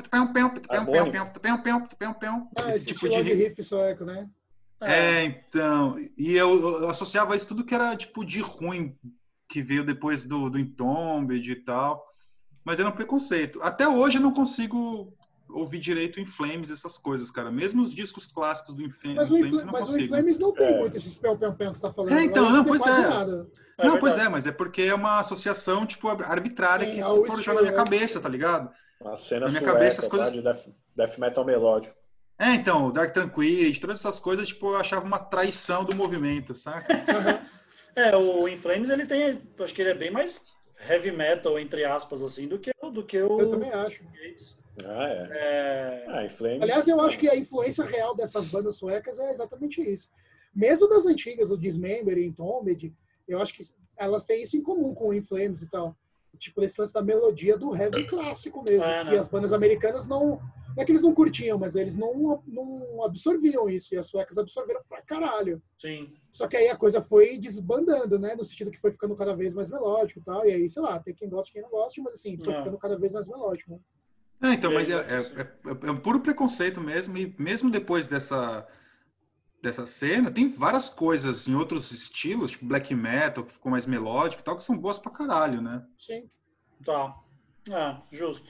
[SPEAKER 2] Ah,
[SPEAKER 3] Esse
[SPEAKER 2] esse
[SPEAKER 3] tipo
[SPEAKER 2] estilo de
[SPEAKER 3] de...
[SPEAKER 2] riff sueco, né?
[SPEAKER 3] É, então... E eu, eu associava isso tudo que era, tipo, de ruim, que veio depois do, do Entombed e tal. Mas era um preconceito. Até hoje eu não consigo ouvir direito em Flames, essas coisas, cara. Mesmo os discos clássicos do Inflames,
[SPEAKER 2] Mas o,
[SPEAKER 3] Flames
[SPEAKER 2] Infl
[SPEAKER 3] eu não
[SPEAKER 2] mas o
[SPEAKER 3] consigo.
[SPEAKER 2] Inflames não tem
[SPEAKER 4] É.
[SPEAKER 2] muito esses pel-pel-pel que você tá falando.
[SPEAKER 3] É, então,
[SPEAKER 2] Agora
[SPEAKER 3] não,
[SPEAKER 2] tem
[SPEAKER 3] pois
[SPEAKER 2] quase
[SPEAKER 3] é.
[SPEAKER 2] nada.
[SPEAKER 1] É
[SPEAKER 3] Não, pois
[SPEAKER 1] verdade.
[SPEAKER 3] é, mas é porque é uma associação, tipo, arbitrária
[SPEAKER 2] Sim,
[SPEAKER 3] que
[SPEAKER 2] ao
[SPEAKER 3] se forjou
[SPEAKER 2] estilo,
[SPEAKER 3] na minha
[SPEAKER 2] é.
[SPEAKER 3] cabeça, tá ligado?
[SPEAKER 4] Uma cena
[SPEAKER 3] Na minha
[SPEAKER 4] sueca,
[SPEAKER 3] cabeça, as
[SPEAKER 4] tá?
[SPEAKER 3] coisas-
[SPEAKER 4] De death, death metal melódico.
[SPEAKER 3] É, então, o Dark Tranquility, todas essas coisas, tipo, eu achava uma traição do movimento, saca?
[SPEAKER 2] Aham.
[SPEAKER 1] É, o In Flames, ele tem, acho que ele é bem mais heavy metal, entre aspas, assim, do que, o- do que o
[SPEAKER 2] Eu também acho.
[SPEAKER 1] Gates.
[SPEAKER 4] Ah, é.
[SPEAKER 1] É,
[SPEAKER 4] Ah, em Flames...
[SPEAKER 2] Aliás, eu acho que a influência real dessas bandas suecas é exatamente isso. Mesmo das antigas, o Dismember e Entombed, eu acho que elas têm isso em comum com o In Flames e tal. Tipo, esse lance da melodia do heavy clássico mesmo,
[SPEAKER 1] É,
[SPEAKER 2] que
[SPEAKER 1] né?
[SPEAKER 2] as bandas americanas não... Não é que eles não curtiam, mas eles não, não absorviam isso, e as suecas absorveram pra caralho.
[SPEAKER 1] sim.
[SPEAKER 2] Só que aí a coisa foi desbandando, né? No sentido que foi ficando cada vez mais melódico e tal. E aí, sei lá, tem quem gosta e quem não gosta, mas assim, foi
[SPEAKER 1] É.
[SPEAKER 2] ficando cada vez mais melódico, né?
[SPEAKER 3] É, então, mas é,
[SPEAKER 1] É,
[SPEAKER 3] é, é, é um puro preconceito mesmo, e mesmo depois dessa, dessa cena, tem várias coisas em outros estilos, tipo black metal, que ficou mais melódico e tal, que são boas pra caralho, né?
[SPEAKER 2] Sim.
[SPEAKER 1] Tá. É, justo.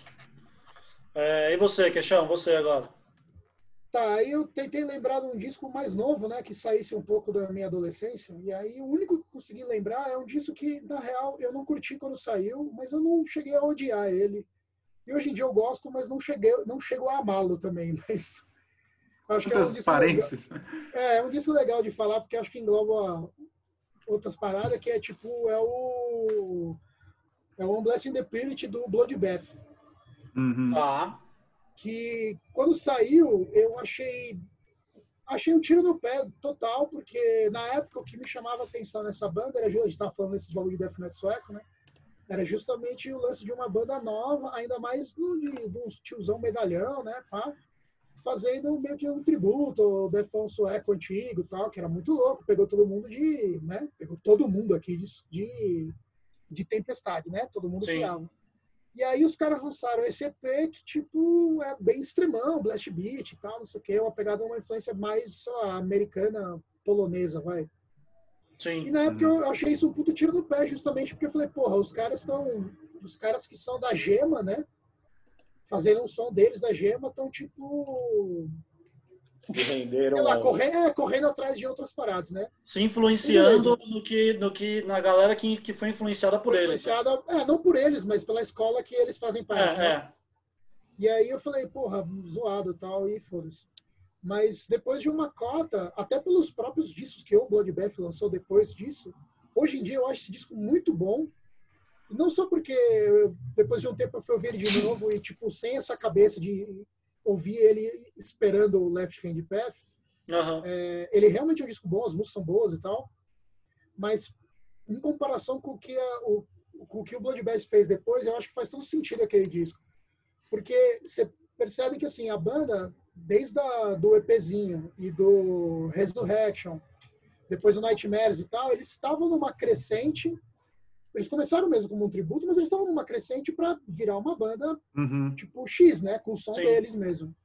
[SPEAKER 1] É, e você, Queixão? Você agora?
[SPEAKER 2] Tá, aí eu tentei lembrar de um disco mais novo, né? Que saísse um pouco da minha adolescência. E aí o único que eu consegui lembrar é um disco que, na real, eu não curti quando saiu, mas eu não cheguei a odiar ele. E hoje em dia eu gosto, mas não cheguei, não chego a amá-lo também. Mas acho que é um
[SPEAKER 3] Quantas
[SPEAKER 2] disco legal.
[SPEAKER 3] parênteses.
[SPEAKER 2] É, é um disco legal de falar, porque acho que engloba outras paradas, que é tipo, é o. É o Unblessing the Purity do Bloodbath.
[SPEAKER 3] Uhum.
[SPEAKER 1] Tá.
[SPEAKER 2] Que quando saiu, eu achei. Achei um tiro no pé total, porque na época o que me chamava a atenção nessa banda era. A gente estava falando desses jogos de death metal sueco, né? Era justamente o lance de uma banda nova, ainda mais do, de, de um tiozão medalhão, né? Pá, fazendo meio que um tributo ao Defão sueco antigo e tal, que era muito louco. Pegou todo mundo de. Né? Pegou todo mundo aqui de, de, de tempestade, né? Todo mundo
[SPEAKER 1] Sim.
[SPEAKER 2] pirava. E aí os caras lançaram esse E P que, tipo, é bem extremão, blast beat e tal, não sei o quê, uma pegada, uma influência mais, sei lá, americana, polonesa, vai.
[SPEAKER 1] Sim.
[SPEAKER 2] E na época eu achei isso um puto tiro no pé, justamente porque eu falei, porra, os caras estão, os caras que são da Gema, né, fazendo um som deles da Gema, estão, tipo,
[SPEAKER 4] Se renderam
[SPEAKER 2] sei lá,
[SPEAKER 4] ao...
[SPEAKER 2] correndo, é, correndo atrás de outras paradas, né.
[SPEAKER 1] Se influenciando no que, no que, na galera que, que foi influenciada por
[SPEAKER 2] Foi
[SPEAKER 1] eles. né?
[SPEAKER 2] influenciada, é, não por eles, mas pela escola que eles fazem parte,
[SPEAKER 1] É,
[SPEAKER 2] né.
[SPEAKER 1] é.
[SPEAKER 2] E aí eu falei, porra, zoado e tal, e foda-se. Mas depois de uma cota, até pelos próprios discos que o Bloodbath lançou depois disso, hoje em dia eu acho esse disco muito bom. E não só porque eu, depois de um tempo eu fui ouvir ele de novo e, tipo, sem essa cabeça de ouvir ele esperando o Left Hand Path.
[SPEAKER 1] Uhum.
[SPEAKER 2] É, ele realmente é um disco bom, as músicas são boas e tal. Mas em comparação com o que, a, o, com o, que o Bloodbath fez depois, eu acho que faz todo sentido aquele disco. Porque você percebe que assim, a banda, desde a, do EPzinho e do Resurrection, depois do Nightmares e tal, eles estavam numa crescente. Eles começaram mesmo como um tributo, mas eles estavam numa crescente para virar uma banda
[SPEAKER 3] Uhum.
[SPEAKER 2] tipo X, né? Com o som
[SPEAKER 1] Sim.
[SPEAKER 2] deles mesmo.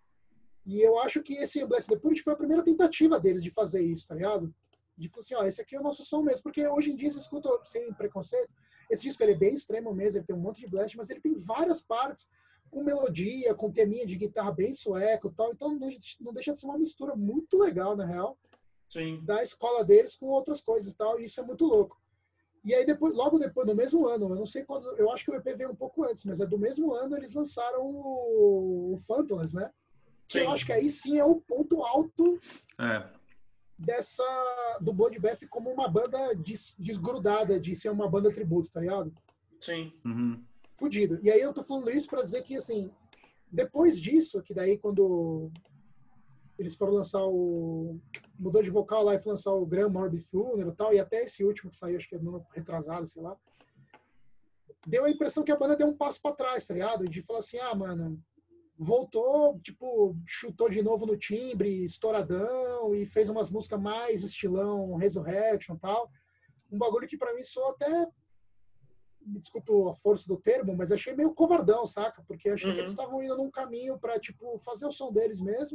[SPEAKER 2] E eu acho que esse Blessed the Purity foi a primeira tentativa deles de fazer isso, tá ligado? De falar assim, ó, esse aqui é o nosso som mesmo. Porque hoje em dia, você escuta sem preconceito, esse disco ele é bem extremo mesmo, ele tem um monte de blast, mas ele tem várias partes com melodia, com teminha de guitarra bem sueco e tal. Então não deixa de ser uma mistura muito legal, na real.
[SPEAKER 1] Sim.
[SPEAKER 2] da escola deles com outras coisas e tal, e isso é muito louco. E aí depois, logo depois, no mesmo ano, eu não sei quando, eu acho que o E P veio um pouco antes, mas é do mesmo ano eles lançaram o, o Phantomless, né? Que
[SPEAKER 1] Sim.
[SPEAKER 2] eu acho que aí sim é o ponto alto
[SPEAKER 3] É.
[SPEAKER 2] dessa do Bloodbath como uma banda des, desgrudada de ser uma banda tributo, tá ligado?
[SPEAKER 1] Sim.
[SPEAKER 3] Uhum.
[SPEAKER 2] Fudido. E aí eu tô falando isso pra dizer que, assim, depois disso, que daí quando eles foram lançar o... mudou de vocal lá e foi lançar o Grand Morbid Funeral e tal, e até esse último que saiu, acho que é no ano retrasado, sei lá, deu a impressão que a banda deu um passo pra trás, tá ligado? De falar assim, ah, mano, voltou, tipo, chutou de novo no timbre, estouradão, e fez umas músicas mais estilão Resurrection e tal. Um bagulho que pra mim soa até, me desculpa a força do termo, mas achei meio covardão, saca? Porque achei
[SPEAKER 1] Uhum.
[SPEAKER 2] que eles estavam indo num caminho pra, tipo, fazer o som deles mesmo.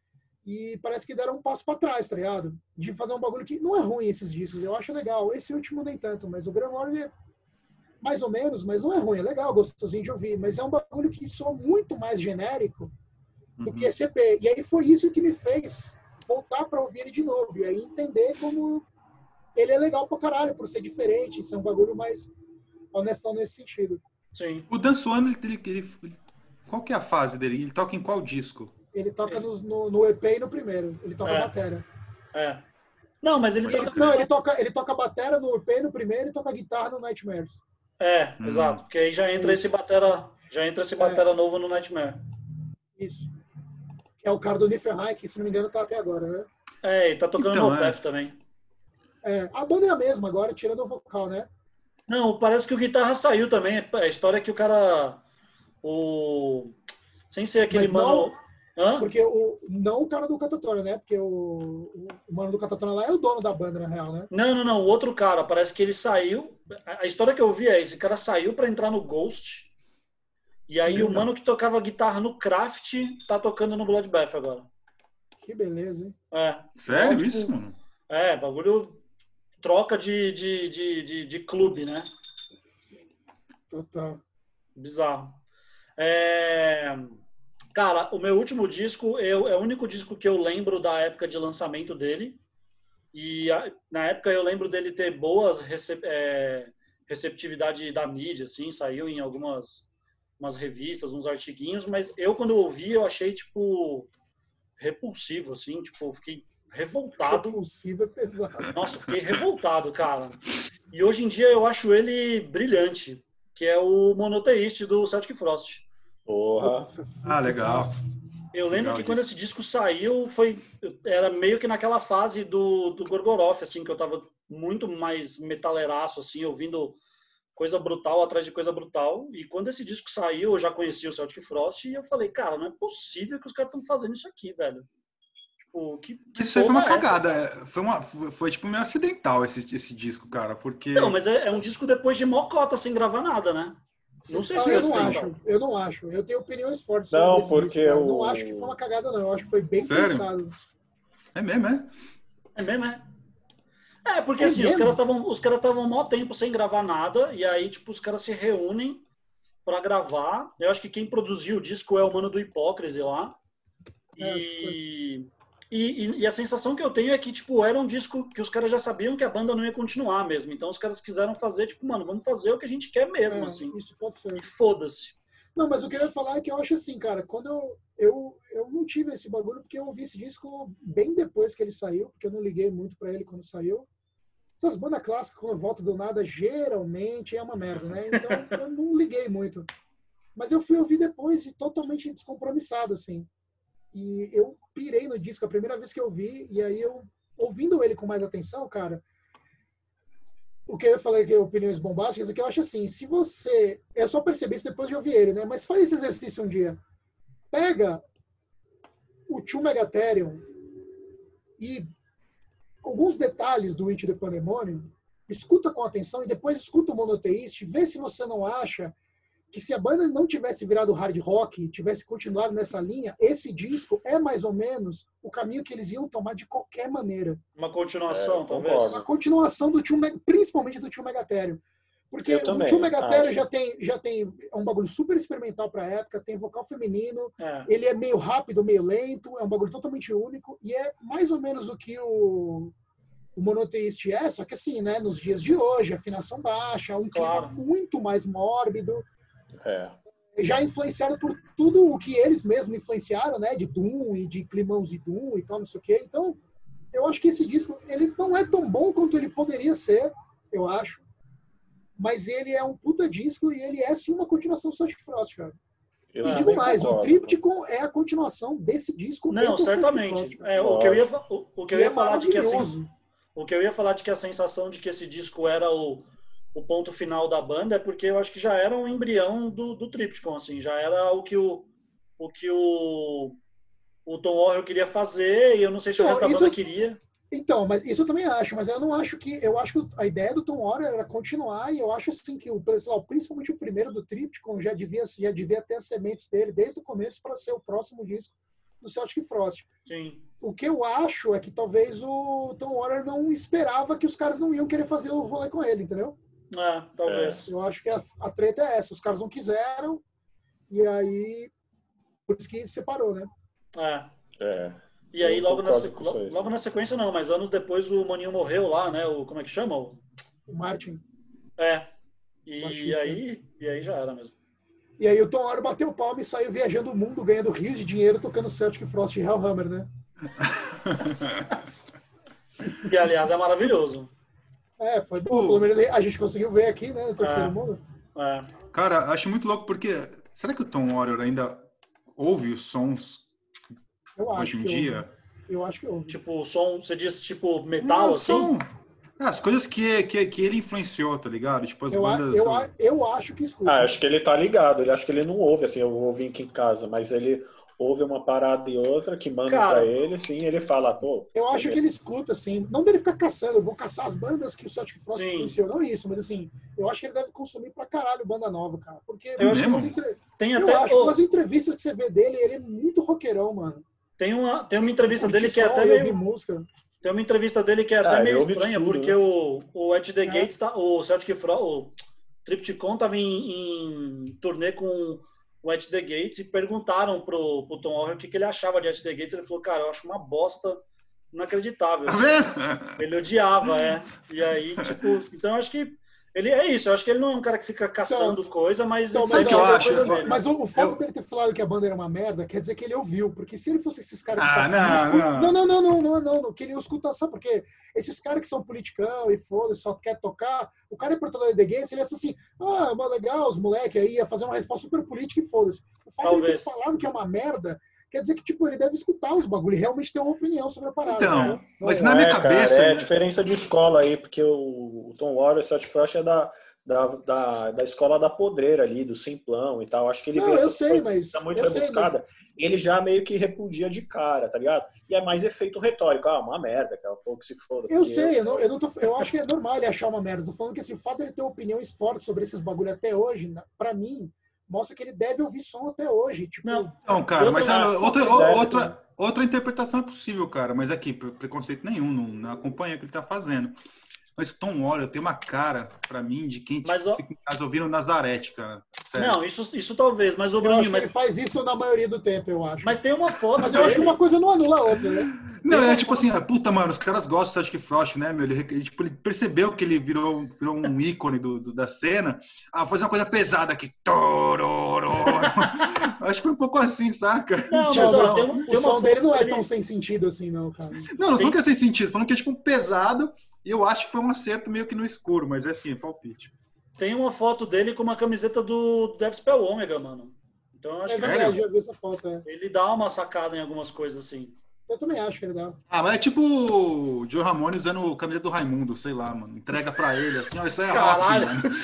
[SPEAKER 2] E parece que deram um passo pra trás, tá ligado? De fazer um bagulho que não é ruim esses discos, eu acho legal. Esse último nem tanto, mas o Grand Morbid é mais ou menos, mas não é ruim, é legal, gostosinho de ouvir. Mas é um bagulho que soa muito mais genérico do que esse E P. E aí foi isso que me fez voltar pra ouvir ele de novo. E aí entender como ele é legal pra caralho, por ser diferente, ser um bagulho mais honestão nesse sentido.
[SPEAKER 1] Sim.
[SPEAKER 3] O Dan Swan, ele, ele, ele, qual que é a fase dele? Ele toca em qual disco?
[SPEAKER 2] Ele toca no, no, no E P e no primeiro. Ele toca
[SPEAKER 1] É.
[SPEAKER 2] batera.
[SPEAKER 1] É. Não, mas ele
[SPEAKER 2] Ele,
[SPEAKER 1] toca...
[SPEAKER 2] não, ele toca, ele toca batera no E P no primeiro e toca guitarra no Nightmares.
[SPEAKER 1] É,
[SPEAKER 3] Hum.
[SPEAKER 1] exato. Porque aí já entra
[SPEAKER 2] É
[SPEAKER 1] esse batera, já entra esse batera novo no Nightmare.
[SPEAKER 2] Isso. É o cara do Niflheim, que se não me engano tá até agora, né?
[SPEAKER 1] É, e tá tocando
[SPEAKER 3] Então,
[SPEAKER 1] no
[SPEAKER 3] é.
[SPEAKER 1] Opeth também.
[SPEAKER 2] É, a banda é a mesma agora, tirando o vocal, né?
[SPEAKER 1] Não, parece que o guitarra saiu também. A história é que o cara... O... Sem ser aquele
[SPEAKER 2] Mas
[SPEAKER 1] mano...
[SPEAKER 2] não-
[SPEAKER 1] Hã?
[SPEAKER 2] Porque o, não o cara do Catatonia, né? Porque o, o mano do Catatonia lá é o dono da banda, na real, né?
[SPEAKER 1] Não, não, não. O outro cara, parece que ele saiu... A a história que eu vi é, esse cara saiu pra entrar no Ghost. E aí o
[SPEAKER 3] Eita.
[SPEAKER 1] mano que tocava guitarra no Craft tá tocando no Bloodbath agora.
[SPEAKER 2] Que beleza, hein?
[SPEAKER 1] É.
[SPEAKER 3] Sério
[SPEAKER 1] Então, tipo,
[SPEAKER 3] isso, mano?
[SPEAKER 1] É, bagulho... Troca de, de, de, de, de clube, né?
[SPEAKER 2] Total.
[SPEAKER 1] Bizarro. É... Cara, o meu último disco eu, é o único disco que eu lembro da época de lançamento dele. E a, na época eu lembro dele ter boas recep, é, receptividade da mídia, assim, saiu em algumas umas revistas, uns artiguinhos, mas eu quando eu ouvi eu achei tipo repulsivo, assim, tipo, eu fiquei revoltado.
[SPEAKER 2] Repulsivo é pesado.
[SPEAKER 1] Nossa, eu fiquei revoltado, cara. E hoje em dia eu acho ele brilhante, que é o Monotheist do Celtic Frost.
[SPEAKER 4] Porra.
[SPEAKER 2] Nossa,
[SPEAKER 3] Ah, legal.
[SPEAKER 1] Eu lembro
[SPEAKER 3] Legal
[SPEAKER 1] que quando
[SPEAKER 3] disso.
[SPEAKER 1] esse disco saiu, foi era meio que naquela fase do, do Gorgoroth, assim, que eu tava muito mais metaleiraço, assim, ouvindo coisa brutal atrás de coisa brutal. E quando esse disco saiu, eu já conhecia o Celtic Frost e eu falei, cara, não é possível que os caras estão fazendo isso aqui, velho. Tipo, que, que
[SPEAKER 3] Isso aí foi
[SPEAKER 1] porra
[SPEAKER 3] uma
[SPEAKER 1] é essa,
[SPEAKER 3] cagada.
[SPEAKER 1] sabe?
[SPEAKER 3] é, Foi, uma, foi, foi, tipo meio acidental esse, esse disco, cara. Porque.
[SPEAKER 1] Não, mas é, é um disco depois de mocota, sem gravar nada, né? Não sei se
[SPEAKER 2] Ah,
[SPEAKER 1] foi
[SPEAKER 2] eu não
[SPEAKER 1] acidental.
[SPEAKER 2] acho, eu não acho. Eu tenho opiniões fortes sobre
[SPEAKER 4] Não,
[SPEAKER 2] esse
[SPEAKER 4] porque
[SPEAKER 2] disco, cara. Eu
[SPEAKER 4] o-
[SPEAKER 2] não acho que foi uma cagada, não. Eu acho que foi bem
[SPEAKER 3] Sério?
[SPEAKER 2] pensado.
[SPEAKER 3] É mesmo, é?
[SPEAKER 1] É mesmo, é? É, porque
[SPEAKER 2] É
[SPEAKER 1] assim, os
[SPEAKER 2] mesmo?
[SPEAKER 1] caras estavam os caras estavam um maior tempo sem gravar nada, e aí, tipo, os caras se reúnem pra gravar. Eu acho que quem produziu o disco é o mano do Hipócrise lá.
[SPEAKER 2] É, acho que foi.
[SPEAKER 1] E, e, e- e a sensação que eu tenho é que, tipo, era um disco que os caras já sabiam que a banda não ia continuar mesmo. Então os caras quiseram fazer, tipo, mano, vamos fazer o que a gente quer mesmo,
[SPEAKER 2] É,
[SPEAKER 1] assim.
[SPEAKER 2] isso pode ser.
[SPEAKER 1] E foda-se.
[SPEAKER 2] Não, mas o que eu ia falar é que eu acho assim, cara, quando eu, eu, eu não tive esse bagulho, porque eu ouvi esse disco bem depois que ele saiu, porque eu não liguei muito pra ele quando saiu. Essas bandas clássicas, quando voltam do nada, geralmente é uma merda, né? Então eu não liguei muito. Mas eu fui ouvir depois e totalmente descompromissado, assim. E eu pirei no disco a primeira vez que eu ouvi, e aí eu, ouvindo ele com mais atenção, cara, o que eu falei que é opiniões bombásticas é que eu acho assim, se você... Eu só percebi isso depois de ouvir ele, né? Mas faz esse exercício um dia. Pega o Two Megatherium e alguns detalhes do Into the Pandemonium, escuta com atenção e depois escuta o Monotheist, vê se você não acha que se a banda não tivesse virado hard rock, tivesse continuado nessa linha, esse disco é mais ou menos o caminho que eles iam tomar de qualquer maneira.
[SPEAKER 1] Uma continuação,
[SPEAKER 4] É,
[SPEAKER 1] talvez.
[SPEAKER 4] concordo.
[SPEAKER 2] A continuação do Two, Meg- principalmente do Two Megatherium. Porque
[SPEAKER 4] Eu também,
[SPEAKER 2] o Tio Megatério
[SPEAKER 4] acho.
[SPEAKER 2] já tem, já tem é um bagulho super experimental pra época, tem vocal feminino,
[SPEAKER 1] É.
[SPEAKER 2] ele é meio rápido, meio lento, é um bagulho totalmente único, e é mais ou menos o que o, o Monotheist é, só que assim, né, nos dias de hoje, afinação baixa, um
[SPEAKER 1] Claro.
[SPEAKER 2] clima muito mais mórbido,
[SPEAKER 4] É.
[SPEAKER 2] já influenciado por tudo o que eles mesmos influenciaram, né, de Doom e de climãos de Doom e tal, não sei o quê. Então, eu acho que esse disco, ele não é tão bom quanto ele poderia ser, eu acho. Mas ele é um puta disco e ele é sim uma continuação do Celtic Frost, cara.
[SPEAKER 4] Eu
[SPEAKER 2] E
[SPEAKER 1] Ah,
[SPEAKER 2] digo
[SPEAKER 4] também
[SPEAKER 2] mais,
[SPEAKER 4] concordo.
[SPEAKER 2] o Tríptico é a continuação desse disco. e
[SPEAKER 1] Não,
[SPEAKER 2] do Celtic
[SPEAKER 1] certamente.
[SPEAKER 2] Frost, cara.
[SPEAKER 1] É, o, que eu ia,
[SPEAKER 4] Lógico.
[SPEAKER 1] fa- o, o que
[SPEAKER 2] E
[SPEAKER 1] eu ia
[SPEAKER 2] é
[SPEAKER 1] falar de que a sens-
[SPEAKER 2] maravilhoso.
[SPEAKER 1] o que eu ia falar de que a sensação de que esse disco era o, o ponto final da banda é porque eu acho que já era um embrião do, do Triptykon, assim, já era o que o, o que o, o Tom Warrior queria fazer e eu não sei se o
[SPEAKER 2] Não,
[SPEAKER 1] resto da
[SPEAKER 2] isso-
[SPEAKER 1] banda queria.
[SPEAKER 2] Então, mas isso eu também acho, mas eu não acho que. Eu acho que a ideia do Tom Warrior era continuar, e eu acho assim que o, sei lá, principalmente o primeiro do Triptykon já devia, já devia ter as sementes dele desde o começo para ser o próximo disco do Celtic Frost.
[SPEAKER 1] Sim.
[SPEAKER 2] O que eu acho é que talvez o Tom Warrior não esperava que os caras não iam querer fazer o rolê com ele, entendeu?
[SPEAKER 1] É, talvez.
[SPEAKER 2] Eu acho que a, a treta é essa. Os caras não quiseram, e aí. Por isso que separou, né?
[SPEAKER 1] É.
[SPEAKER 4] É.
[SPEAKER 1] E aí,
[SPEAKER 4] Eu
[SPEAKER 1] logo na,
[SPEAKER 4] concordo
[SPEAKER 1] sequ-
[SPEAKER 4] com isso aí.
[SPEAKER 1] logo na sequência, não, mas anos depois o Maninho morreu lá, né? O, como é que chama? O-
[SPEAKER 2] O Martin.
[SPEAKER 1] É. E
[SPEAKER 2] Baixista.
[SPEAKER 1] aí, e aí já era mesmo.
[SPEAKER 2] E aí o Tom Warrior bateu o palmo e saiu viajando o mundo, ganhando rios de dinheiro, tocando Celtic Frost e Hellhammer, né?
[SPEAKER 1] Que, aliás, é maravilhoso.
[SPEAKER 2] É, foi bom. Pelo menos a gente conseguiu ver aqui, né? No terceiro
[SPEAKER 1] É.
[SPEAKER 2] mundo.
[SPEAKER 1] É.
[SPEAKER 3] Cara, acho muito louco porque será que o Tom Warrior ainda ouve os sons
[SPEAKER 2] Eu acho
[SPEAKER 3] hoje em
[SPEAKER 2] que
[SPEAKER 3] dia?
[SPEAKER 2] houve. Eu acho que houve.
[SPEAKER 1] Tipo, som, você diz tipo metal,
[SPEAKER 3] Não,
[SPEAKER 1] assim?
[SPEAKER 3] são as coisas que, que, que ele influenciou, tá ligado? Tipo as
[SPEAKER 2] Eu, a-
[SPEAKER 3] bandas.
[SPEAKER 2] eu, a- eu acho que escuta.
[SPEAKER 4] Ah, acho que ele tá ligado. Ele acho que ele não ouve, assim, eu ouvi aqui em casa, mas ele ouve uma parada e outra que manda
[SPEAKER 1] Cara.
[SPEAKER 4] pra ele, sim, ele fala, pô.
[SPEAKER 2] Eu acho que ele escuta, assim. Não dele ficar caçando, eu vou caçar as bandas que o Celtic Frost
[SPEAKER 1] Sim.
[SPEAKER 2] influenciou, não isso, mas assim, eu acho que ele deve consumir pra caralho banda nova, cara. Porque
[SPEAKER 1] Eu
[SPEAKER 3] acho
[SPEAKER 2] pelas
[SPEAKER 3] que-
[SPEAKER 2] entre-
[SPEAKER 1] Tem
[SPEAKER 2] eu
[SPEAKER 1] até.
[SPEAKER 2] acho que
[SPEAKER 1] oh,
[SPEAKER 2] pelas entrevistas que você vê dele, ele é muito roqueirão, mano.
[SPEAKER 1] tem, uma, tem uma entrevista
[SPEAKER 2] Curte
[SPEAKER 1] dele que é
[SPEAKER 2] som
[SPEAKER 1] até
[SPEAKER 2] e ouvir
[SPEAKER 1] meio.
[SPEAKER 2] música.
[SPEAKER 1] Tem uma entrevista dele que é
[SPEAKER 4] Ah,
[SPEAKER 1] até
[SPEAKER 4] ele
[SPEAKER 1] meio
[SPEAKER 4] ouve de
[SPEAKER 1] estranha,
[SPEAKER 4] tudo,
[SPEAKER 1] porque
[SPEAKER 4] né?
[SPEAKER 1] o, o At the
[SPEAKER 2] É.
[SPEAKER 1] Gates, tá, o Celtic Frost, o Triptykon tava em, em turnê com o At the Gates e perguntaram pro, pro Tom Warrior o que, que ele achava de At the Gates. Ele falou, cara, eu acho uma bosta inacreditável.
[SPEAKER 3] Tá vendo?
[SPEAKER 1] Ele odiava, é. E aí, tipo, então eu acho que ele é isso. Eu acho que ele não é um cara que fica caçando coisa, mas
[SPEAKER 2] Então,
[SPEAKER 1] ele
[SPEAKER 2] mas
[SPEAKER 3] Sabe o que eu
[SPEAKER 2] ó,
[SPEAKER 3] acho?
[SPEAKER 1] coisa dele.
[SPEAKER 2] Mas o, o fato
[SPEAKER 3] Eu-
[SPEAKER 2] dele ter falado que a banda era uma merda quer dizer que ele ouviu. Porque se ele fosse esses caras que
[SPEAKER 3] Ah,
[SPEAKER 2] tá-
[SPEAKER 3] não,
[SPEAKER 2] escuta-
[SPEAKER 3] não.
[SPEAKER 2] não, não, não, não, não, não, não, que ele escuta, sabe por quê? Esses caras que são politicão e foda, só quer tocar, o cara é portador de gays, ele ia falar assim, ah, mas legal, os moleques aí ia fazer uma resposta super política e foda-se. O fato dele ter
[SPEAKER 1] Talvez.
[SPEAKER 2] falado que é uma merda quer dizer que, tipo, ele deve escutar os bagulho e realmente ter uma opinião sobre a parada.
[SPEAKER 3] Então,
[SPEAKER 2] entendeu?
[SPEAKER 3] mas
[SPEAKER 4] Não
[SPEAKER 3] na minha
[SPEAKER 4] é, cara,
[SPEAKER 3] cabeça.
[SPEAKER 4] é a diferença de escola aí, porque o, o Tom Warrior, o Celtic Frost é da, da, da, da escola da podreira ali, do simplão e tal. Acho que ele
[SPEAKER 2] Não,
[SPEAKER 4] vê
[SPEAKER 2] eu
[SPEAKER 4] essa
[SPEAKER 2] sei,
[SPEAKER 4] coisa
[SPEAKER 2] mas-
[SPEAKER 4] tá muito
[SPEAKER 2] eu sei,
[SPEAKER 4] rebuscada. Ele já meio que repudia de cara, tá ligado? E é mais efeito retórico. Ah, uma merda, cara, pouco se foda.
[SPEAKER 2] Eu
[SPEAKER 4] porque
[SPEAKER 2] sei, eu, não, eu, não tô, eu acho que é normal ele achar uma merda. Tô falando que assim, o fato dele ter opiniões fortes sobre esses bagulho até hoje, na- pra mim, mostra que ele deve ouvir som até hoje. Tipo,
[SPEAKER 1] Não,
[SPEAKER 3] Não, cara,
[SPEAKER 1] Eu
[SPEAKER 3] mas
[SPEAKER 1] também
[SPEAKER 3] ah,
[SPEAKER 1] acho.
[SPEAKER 3] outra,
[SPEAKER 4] Pois é,
[SPEAKER 3] outra, outra interpretação é possível, cara. Mas aqui, pre- preconceito nenhum, não, não acompanha o que ele tá fazendo. Mas o Tom Warrior tem uma cara, pra mim, de quem tipo,
[SPEAKER 1] Mas, ó-
[SPEAKER 3] fica em casa ouvindo Nazarete, cara. Sério.
[SPEAKER 1] não, isso, isso talvez, mas o
[SPEAKER 2] eu acho
[SPEAKER 1] Bruninho,
[SPEAKER 2] que
[SPEAKER 1] mas,
[SPEAKER 2] ele faz isso na maioria do tempo, eu acho.
[SPEAKER 1] mas tem uma foto
[SPEAKER 2] Mas eu acho que
[SPEAKER 1] dele.
[SPEAKER 2] uma coisa não anula a outra, né?
[SPEAKER 3] Não, é tipo assim, ah, puta, mano, os caras gostam do Celtic Frost, né, meu? Ele, ele, tipo, ele percebeu que ele virou, virou um ícone do, do- da cena. Ah, vou fazer uma coisa pesada aqui. Torororo. Acho que foi um pouco assim, saca?
[SPEAKER 1] Não,
[SPEAKER 2] Não,
[SPEAKER 1] mas ó,
[SPEAKER 2] não,
[SPEAKER 1] tem, uma-
[SPEAKER 2] o
[SPEAKER 1] tem uma
[SPEAKER 2] som
[SPEAKER 1] foto
[SPEAKER 2] dele não é
[SPEAKER 1] dele-
[SPEAKER 2] tão sem sentido assim, não, cara.
[SPEAKER 3] Não, não falando que é sem sentido, falando que é tipo um pesado. E eu acho que foi um acerto meio que no escuro, mas é assim, é palpite.
[SPEAKER 1] Tem uma foto dele com uma camiseta do Deathspell Omega, mano. Então eu acho
[SPEAKER 2] É
[SPEAKER 1] que
[SPEAKER 2] verdade, já vi essa foto, é.
[SPEAKER 1] ele dá uma sacada em algumas coisas assim.
[SPEAKER 2] Eu também acho que ele dá.
[SPEAKER 3] Ah, mas é tipo o Joe Ramone usando camiseta do Raimundo, sei lá, mano. Entrega pra ele, assim, ó, isso é
[SPEAKER 1] Caralho.
[SPEAKER 3] rock, mano.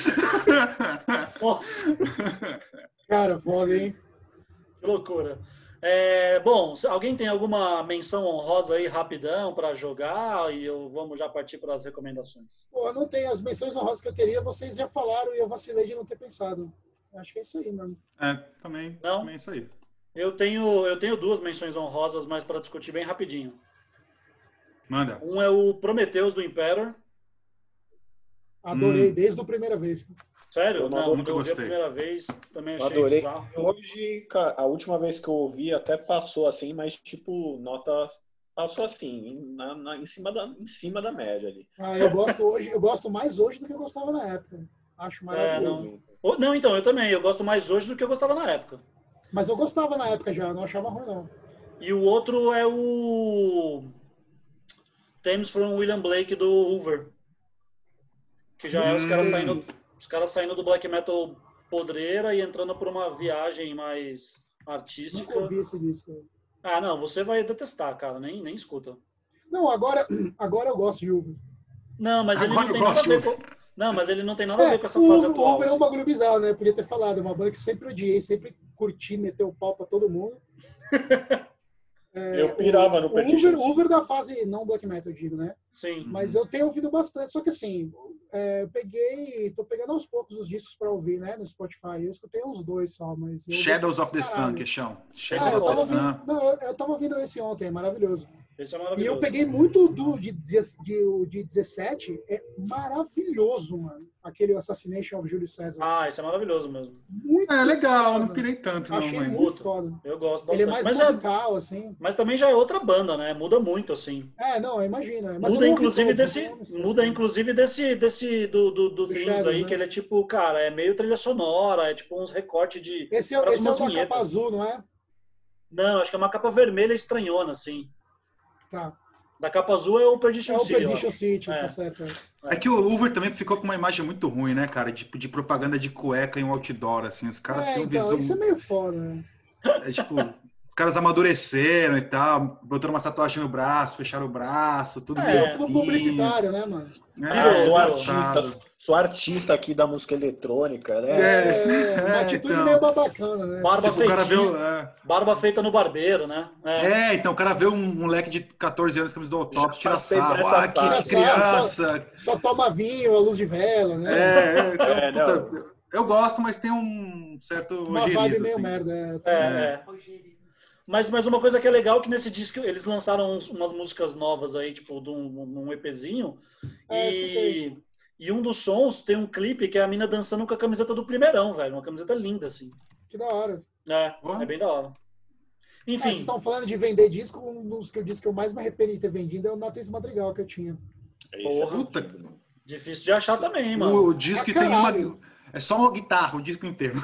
[SPEAKER 1] Nossa,
[SPEAKER 2] Cara, foda, hein?
[SPEAKER 1] que loucura. É, bom, se alguém tem alguma menção honrosa aí rapidão pra jogar e eu vamos já partir para as recomendações.
[SPEAKER 2] Pô, eu não tenho as menções honrosas que eu teria, vocês já falaram e eu vacilei de não ter pensado. Acho que é isso aí, mano.
[SPEAKER 3] É, também,
[SPEAKER 1] Não?
[SPEAKER 3] também é isso aí.
[SPEAKER 1] Eu tenho, eu tenho duas menções honrosas, mas para discutir bem rapidinho.
[SPEAKER 3] Manda.
[SPEAKER 1] Um é o Prometheus do Imperator.
[SPEAKER 2] Adorei,
[SPEAKER 3] Hum.
[SPEAKER 2] desde a primeira vez.
[SPEAKER 1] Sério?
[SPEAKER 4] Eu não-
[SPEAKER 1] Não,
[SPEAKER 3] nunca
[SPEAKER 1] eu ouvi a
[SPEAKER 3] gostei.
[SPEAKER 1] primeira vez, também
[SPEAKER 4] Eu
[SPEAKER 1] achei
[SPEAKER 4] adorei.
[SPEAKER 1] bizarro.
[SPEAKER 4] Hoje, cara, a última vez que eu ouvi até passou assim, mas tipo, nota passou assim, na, na- em, cima da, em cima da média ali.
[SPEAKER 2] Ah, eu gosto hoje, eu gosto mais hoje do que eu gostava na época. Acho
[SPEAKER 1] É,
[SPEAKER 2] maravilhoso.
[SPEAKER 1] não. Ô, Não, então, eu também. Eu gosto mais hoje do que eu gostava na época.
[SPEAKER 2] Mas eu gostava na época já, não achava ruim, não.
[SPEAKER 1] E o outro é o Thames from William Blake do Hoover. Que já é os caras
[SPEAKER 3] Hum.
[SPEAKER 1] saindo, os caras saindo do black metal podreira e entrando por uma viagem mais artística.
[SPEAKER 2] Nunca ouvi esse disco.
[SPEAKER 1] Ah, não, você vai detestar, cara, nem, nem escuta.
[SPEAKER 2] Não, agora, agora eu gosto de Uber.
[SPEAKER 1] Não, mas ele
[SPEAKER 3] Agora
[SPEAKER 1] não
[SPEAKER 3] eu
[SPEAKER 1] tem nada a
[SPEAKER 3] gosto
[SPEAKER 1] ver
[SPEAKER 3] de
[SPEAKER 1] com. Não, mas ele não tem nada a
[SPEAKER 2] É,
[SPEAKER 1] ver com essa
[SPEAKER 2] o
[SPEAKER 1] fase
[SPEAKER 2] Uber, o
[SPEAKER 1] atual.
[SPEAKER 2] Uber é um
[SPEAKER 1] assim.
[SPEAKER 2] bagulho bizarro, né? Podia ter falado, é uma banda que sempre odiei, sempre curti, meteu o pau pra todo mundo. É,
[SPEAKER 4] Eu pirava
[SPEAKER 2] o,
[SPEAKER 4] no
[SPEAKER 2] o
[SPEAKER 4] Petition.
[SPEAKER 2] Uber, Uber da fase não black metal, eu digo, né?
[SPEAKER 1] Sim.
[SPEAKER 2] Mas eu tenho ouvido bastante, só que assim, é, eu peguei, tô pegando aos poucos os discos pra ouvir, né, no Spotify. Eu escutei uns dois só, mas... eu
[SPEAKER 3] Shadows of
[SPEAKER 2] gostei
[SPEAKER 3] the
[SPEAKER 2] pra
[SPEAKER 3] Sun,
[SPEAKER 2] caralho.
[SPEAKER 3] queixão.
[SPEAKER 2] Ah,
[SPEAKER 3] Shadows
[SPEAKER 2] eu
[SPEAKER 3] of
[SPEAKER 2] tava
[SPEAKER 3] the
[SPEAKER 2] ouvindo,
[SPEAKER 3] Sun.
[SPEAKER 2] não, eu, eu tava ouvindo esse ontem, é maravilhoso.
[SPEAKER 1] Esse é
[SPEAKER 2] E
[SPEAKER 1] maravilhoso.
[SPEAKER 2] eu peguei muito do de, deze- de, de dezessete, é maravilhoso, mano. Aquele Assassination of Júlio César.
[SPEAKER 1] Ah, esse é maravilhoso mesmo.
[SPEAKER 2] Muito
[SPEAKER 3] É legal,
[SPEAKER 2] foda.
[SPEAKER 3] não pirei tanto não,
[SPEAKER 2] Achei
[SPEAKER 3] mãe.
[SPEAKER 2] muito
[SPEAKER 1] Puta.
[SPEAKER 2] foda.
[SPEAKER 1] Eu gosto
[SPEAKER 2] Ele
[SPEAKER 1] bastante.
[SPEAKER 2] é mais
[SPEAKER 1] mas, é-
[SPEAKER 2] musical, assim.
[SPEAKER 1] mas também já é outra banda, né? Muda muito, assim.
[SPEAKER 2] É, não, eu imagino. Mas eu
[SPEAKER 1] Muda
[SPEAKER 2] não ouvi
[SPEAKER 1] inclusive
[SPEAKER 2] todos,
[SPEAKER 1] desse,
[SPEAKER 2] então eu não sei.
[SPEAKER 1] muda inclusive desse, desse do, do, do
[SPEAKER 2] Do
[SPEAKER 1] Things
[SPEAKER 2] Shadows,
[SPEAKER 1] aí,
[SPEAKER 2] né?
[SPEAKER 1] que ele é tipo, cara, é meio trilha sonora, é tipo uns recortes de.
[SPEAKER 2] Esse é,
[SPEAKER 1] parece
[SPEAKER 2] esse é o
[SPEAKER 1] umas
[SPEAKER 2] da
[SPEAKER 1] vinhetas.
[SPEAKER 2] capa azul, não é?
[SPEAKER 1] Não, acho que é uma capa vermelha estranhona, assim.
[SPEAKER 2] Tá.
[SPEAKER 1] Da capa azul é o Perdition
[SPEAKER 2] É o
[SPEAKER 1] City. eu
[SPEAKER 2] Perdition
[SPEAKER 1] acho.
[SPEAKER 2] City,
[SPEAKER 1] É.
[SPEAKER 2] tá certo. é.
[SPEAKER 3] É que o Uber também ficou com uma imagem muito ruim, né, cara? Tipo, de propaganda de cueca em um outdoor, assim. Os caras
[SPEAKER 2] É,
[SPEAKER 3] têm um
[SPEAKER 2] então,
[SPEAKER 3] visão...
[SPEAKER 2] isso é meio foda, né?
[SPEAKER 3] É tipo, os caras amadureceram e tal, botaram uma tatuagem no braço, fecharam o braço, tudo
[SPEAKER 1] É,
[SPEAKER 3] meio
[SPEAKER 2] Tudo
[SPEAKER 3] limpinho.
[SPEAKER 2] publicitário, né, mano?
[SPEAKER 3] É,
[SPEAKER 4] Ah, eu sou
[SPEAKER 3] engraçado.
[SPEAKER 4] artista, sou artista aqui da música eletrônica, né?
[SPEAKER 3] É,
[SPEAKER 2] É, uma
[SPEAKER 3] é,
[SPEAKER 2] atitude
[SPEAKER 3] então.
[SPEAKER 2] meio babacana, né?
[SPEAKER 1] Barba
[SPEAKER 3] Tipo, o cara vê
[SPEAKER 1] feitinha.
[SPEAKER 3] o, é,
[SPEAKER 1] Barba feita no barbeiro, né? É.
[SPEAKER 3] é, então o cara vê um moleque de catorze anos que camisa do Autopsy, tira
[SPEAKER 4] passei por
[SPEAKER 3] sarro.
[SPEAKER 4] essa
[SPEAKER 3] Ah, que
[SPEAKER 4] fase.
[SPEAKER 3] criança!
[SPEAKER 2] Só toma vinho, a luz de vela, né?
[SPEAKER 3] É, é, então,
[SPEAKER 4] É,
[SPEAKER 3] puta,
[SPEAKER 4] não.
[SPEAKER 3] eu gosto, mas tem um certo
[SPEAKER 2] Uma vibe
[SPEAKER 3] ojeriza,
[SPEAKER 2] meio
[SPEAKER 3] assim.
[SPEAKER 2] merda. É,
[SPEAKER 1] É, é. Mas, mas uma coisa que é legal é que nesse disco eles lançaram uns- umas músicas novas aí, tipo, de um, um EPzinho.
[SPEAKER 2] É,
[SPEAKER 1] e,
[SPEAKER 2] escutei.
[SPEAKER 1] e um dos sons tem um clipe que é a mina dançando com a camiseta do Primeirão, velho. Uma camiseta linda, assim.
[SPEAKER 2] Que da hora.
[SPEAKER 1] É,
[SPEAKER 3] Porra.
[SPEAKER 1] é bem da hora.
[SPEAKER 2] Ah, vocês
[SPEAKER 1] Enfim,
[SPEAKER 2] estão falando de vender disco, um dos que eu disse que eu mais me arrependo de ter vendido é o Natas Madrigal que eu tinha.
[SPEAKER 4] Esse é
[SPEAKER 1] Porra.
[SPEAKER 4] puta.
[SPEAKER 1] difícil de achar também, hein, mano.
[SPEAKER 3] O, o disco
[SPEAKER 2] Ah,
[SPEAKER 3] tem uma.
[SPEAKER 2] caralho.
[SPEAKER 3] É só uma guitarra, o disco inteiro.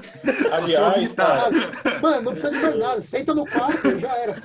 [SPEAKER 3] Só
[SPEAKER 4] Aliás,
[SPEAKER 3] uma guitarra.
[SPEAKER 2] Caralho. Mano, não precisa de mais nada. Senta no quarto, já era.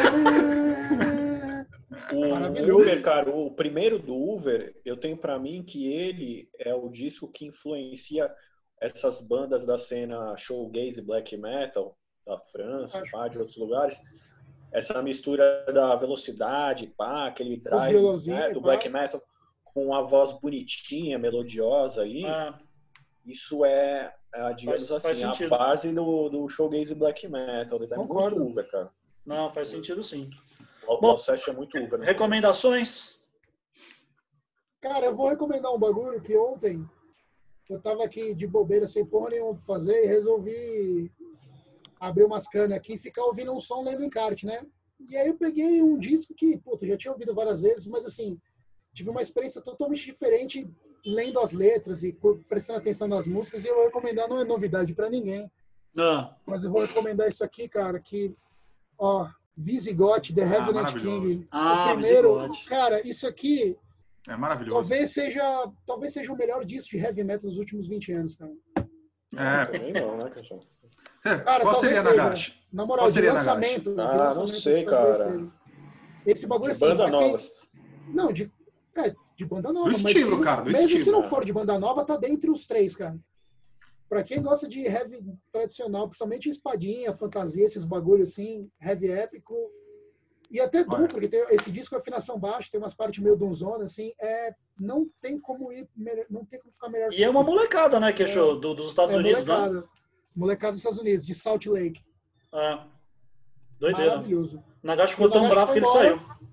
[SPEAKER 4] O
[SPEAKER 2] Maravilhoso.
[SPEAKER 4] Uber, cara, o primeiro do Uber, eu tenho pra mim que ele é o disco que influencia essas bandas da cena showgaze e black metal da França,
[SPEAKER 2] Acho.
[SPEAKER 4] pá, de outros lugares. Essa mistura da velocidade, pá, aquele drive,
[SPEAKER 2] violãozinhos,
[SPEAKER 4] né, do
[SPEAKER 2] pá.
[SPEAKER 4] black metal com a voz bonitinha, melodiosa aí.
[SPEAKER 1] É,
[SPEAKER 4] Isso é, é, digamos
[SPEAKER 1] Faz- faz
[SPEAKER 4] assim, a
[SPEAKER 1] sentido.
[SPEAKER 4] base do, do showgaze e black metal. Ele é
[SPEAKER 2] Concordo.
[SPEAKER 4] muito Uber, cara.
[SPEAKER 1] não, faz sentido sim.
[SPEAKER 4] O
[SPEAKER 1] Bom,
[SPEAKER 4] Alceste é muito Uber. né?
[SPEAKER 1] Recomendações?
[SPEAKER 2] Cara, eu vou recomendar um bagulho que ontem eu tava aqui de bobeira, sem porra nenhuma pra fazer, e resolvi abrir umas canas aqui e ficar ouvindo um som lendo encarte, né? E aí eu peguei um disco que, puta, já tinha ouvido várias vezes, mas assim, tive uma experiência totalmente diferente lendo as letras e cu- prestando atenção nas músicas, e eu vou recomendar, não é novidade pra ninguém,
[SPEAKER 1] Não.
[SPEAKER 2] mas eu vou recomendar isso aqui, cara, que, ó, Visigoth, The Revenant
[SPEAKER 3] maravilhoso.
[SPEAKER 2] King.
[SPEAKER 1] Ah,
[SPEAKER 2] o primeiro,
[SPEAKER 1] Visigoth.
[SPEAKER 2] cara, isso aqui
[SPEAKER 3] É maravilhoso.
[SPEAKER 2] talvez seja, talvez seja o melhor disco de heavy metal dos últimos vinte anos, cara.
[SPEAKER 3] É.
[SPEAKER 4] Também não, né, cachorro?
[SPEAKER 3] É,
[SPEAKER 2] Cara,
[SPEAKER 3] qual
[SPEAKER 2] talvez
[SPEAKER 3] seria,
[SPEAKER 2] seja.
[SPEAKER 3] Nagashi?
[SPEAKER 2] Na moral,
[SPEAKER 3] Qual
[SPEAKER 2] de
[SPEAKER 3] seria,
[SPEAKER 2] lançamento. de
[SPEAKER 4] Ah, não
[SPEAKER 2] lançamento,
[SPEAKER 4] sei,
[SPEAKER 2] talvez
[SPEAKER 4] cara.
[SPEAKER 2] seja. Esse bagulho
[SPEAKER 4] De
[SPEAKER 2] assim,
[SPEAKER 4] banda
[SPEAKER 2] pra quem-
[SPEAKER 4] novas.
[SPEAKER 2] Não, de, é, de banda nova.
[SPEAKER 3] Do
[SPEAKER 2] mas
[SPEAKER 3] estilo,
[SPEAKER 2] se,
[SPEAKER 3] cara, do
[SPEAKER 2] mesmo se
[SPEAKER 3] estilo,
[SPEAKER 2] não
[SPEAKER 4] né?
[SPEAKER 2] for de banda nova, tá dentre os três, cara. Pra quem gosta de heavy tradicional, principalmente espadinha, fantasia, esses bagulhos assim, heavy épico. E até Doom,
[SPEAKER 3] Olha.
[SPEAKER 2] porque tem, esse disco é afinação baixa, tem umas partes meio Doomzona, assim, é, não tem como ir, melhor- não tem como ficar melhor que
[SPEAKER 1] E é
[SPEAKER 2] isso
[SPEAKER 1] uma
[SPEAKER 2] aqui.
[SPEAKER 1] molecada, né, que achou do- dos Estados
[SPEAKER 2] É
[SPEAKER 1] Unidos, né?
[SPEAKER 2] molecada. Molecada dos Estados Unidos, de Salt Lake.
[SPEAKER 1] É. Doideira.
[SPEAKER 2] Maravilhoso.
[SPEAKER 1] Nagashi ficou
[SPEAKER 2] E o
[SPEAKER 1] tão
[SPEAKER 2] Nagashi
[SPEAKER 1] bravo
[SPEAKER 2] foi
[SPEAKER 1] que ele
[SPEAKER 2] embora.
[SPEAKER 1] saiu.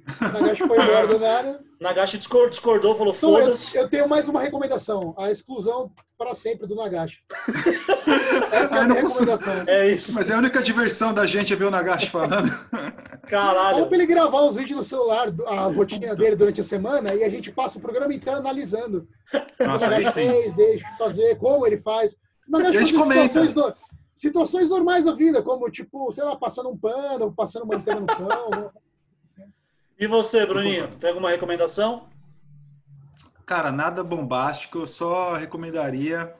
[SPEAKER 2] Nagashi foi embora do nada.
[SPEAKER 1] Nagashi discordou, discordou falou,
[SPEAKER 2] Então, eu,
[SPEAKER 1] foda-se.
[SPEAKER 2] eu tenho mais uma recomendação. A exclusão para sempre do Nagashi. Essa é a
[SPEAKER 3] Ah,
[SPEAKER 2] minha
[SPEAKER 3] não posso-
[SPEAKER 2] recomendação.
[SPEAKER 1] É isso.
[SPEAKER 3] Mas é a única diversão da gente é ver o Nagashi falando.
[SPEAKER 1] Caralho.
[SPEAKER 2] Fala pra ele gravar os vídeos no celular, a rotina dele durante a semana, e a gente passa o programa inteiro analisando.
[SPEAKER 3] Nossa,
[SPEAKER 2] o
[SPEAKER 3] aí
[SPEAKER 2] Nagashi
[SPEAKER 3] sim.
[SPEAKER 2] fez, deixa de fazer, como ele faz. O Nagashi
[SPEAKER 3] E a gente
[SPEAKER 2] faz
[SPEAKER 3] comenta.
[SPEAKER 2] situações, no- situações normais da vida, como, tipo, sei lá, passando um pano, passando manteiga no pão.
[SPEAKER 1] E você, Bruninho, tem alguma recomendação?
[SPEAKER 3] Cara, nada bombástico, eu só recomendaria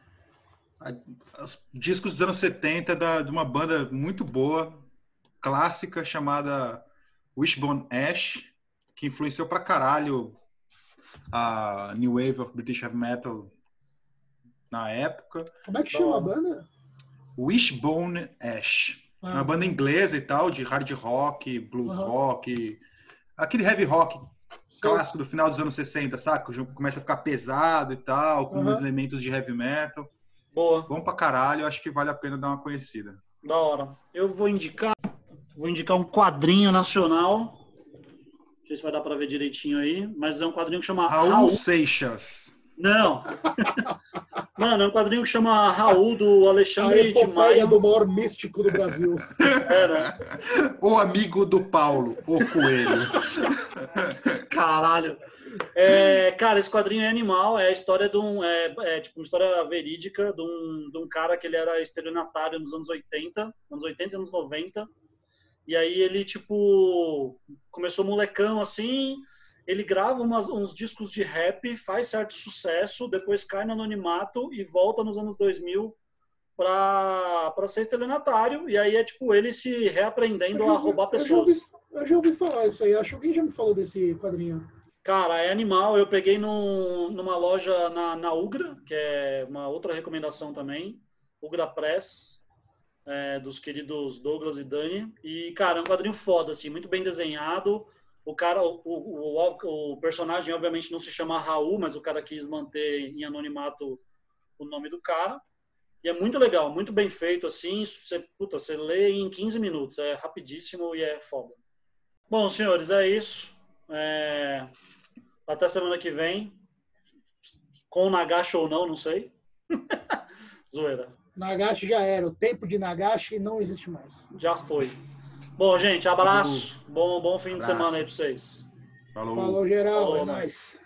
[SPEAKER 3] a- os discos dos anos setenta da, de uma banda muito boa, clássica, chamada Wishbone Ash, que influenciou pra caralho a New Wave of British Heavy Metal na época.
[SPEAKER 2] Como é que chama a banda?
[SPEAKER 3] Wishbone Ash. É
[SPEAKER 2] Ah.
[SPEAKER 3] uma banda inglesa e tal, de hard rock, blues
[SPEAKER 2] Uhum.
[SPEAKER 3] rock, aquele heavy rock
[SPEAKER 2] Sei.
[SPEAKER 3] clássico do final dos anos sessenta, saca? O jogo começa a ficar pesado e tal, com
[SPEAKER 2] Uhum.
[SPEAKER 3] uns elementos de heavy metal.
[SPEAKER 1] Boa,
[SPEAKER 3] Bom pra caralho, acho que vale a pena dar uma conhecida.
[SPEAKER 1] da hora. Eu vou indicar, vou indicar um quadrinho nacional. Não sei se vai dar pra ver direitinho aí, mas é um quadrinho que chama
[SPEAKER 3] Raul,
[SPEAKER 1] Raul.
[SPEAKER 3] Seixas.
[SPEAKER 1] Não. Mano, é um quadrinho que chama Raul, do
[SPEAKER 2] A
[SPEAKER 1] Alexandre de
[SPEAKER 2] epopeia
[SPEAKER 1] Maio.
[SPEAKER 2] do maior místico do Brasil.
[SPEAKER 1] É, né?
[SPEAKER 3] O amigo do Paulo, o coelho.
[SPEAKER 1] Caralho. É, cara, esse quadrinho é animal, é a história de um. É, é tipo uma história verídica de um, de um cara que ele era estelionatário nos anos oitenta, anos oitenta e anos noventa. E aí ele, tipo, começou molecão assim, ele grava umas, uns discos de rap, faz certo sucesso, depois cai no anonimato e volta nos anos dois mil pra, pra ser estelionatário. E aí é tipo ele se reaprendendo
[SPEAKER 2] Eu já
[SPEAKER 1] a
[SPEAKER 2] ouvi-
[SPEAKER 1] roubar
[SPEAKER 2] eu já ouvi-
[SPEAKER 1] pessoas.
[SPEAKER 2] Eu já ouvi falar isso aí. Acho que alguém já me falou desse quadrinho.
[SPEAKER 1] Cara, é animal. Eu peguei num, numa loja na, na Ugra, que é uma outra recomendação também, Ugra Press, é, dos queridos Douglas e Dani. E, cara, é um quadrinho foda, assim, muito bem desenhado. O cara, o, o, o, o personagem, obviamente, não se chama Raul, mas o cara quis manter em anonimato o nome do cara. E é muito legal, muito bem feito, assim. Você, puta, você lê em quinze minutos, é rapidíssimo e é foda. Bom, senhores, é isso. É... Até semana que vem. Com Nagashi ou não, não sei. Zoeira.
[SPEAKER 2] Nagashi já era. O tempo de Nagashi não existe mais.
[SPEAKER 1] Já foi. Bom, gente, abraço. Bom, bom fim de
[SPEAKER 3] Abraço.
[SPEAKER 1] semana aí pra vocês.
[SPEAKER 3] Falou.
[SPEAKER 2] Falou, geral.
[SPEAKER 1] Falou,
[SPEAKER 2] é
[SPEAKER 1] mano.
[SPEAKER 2] nóis.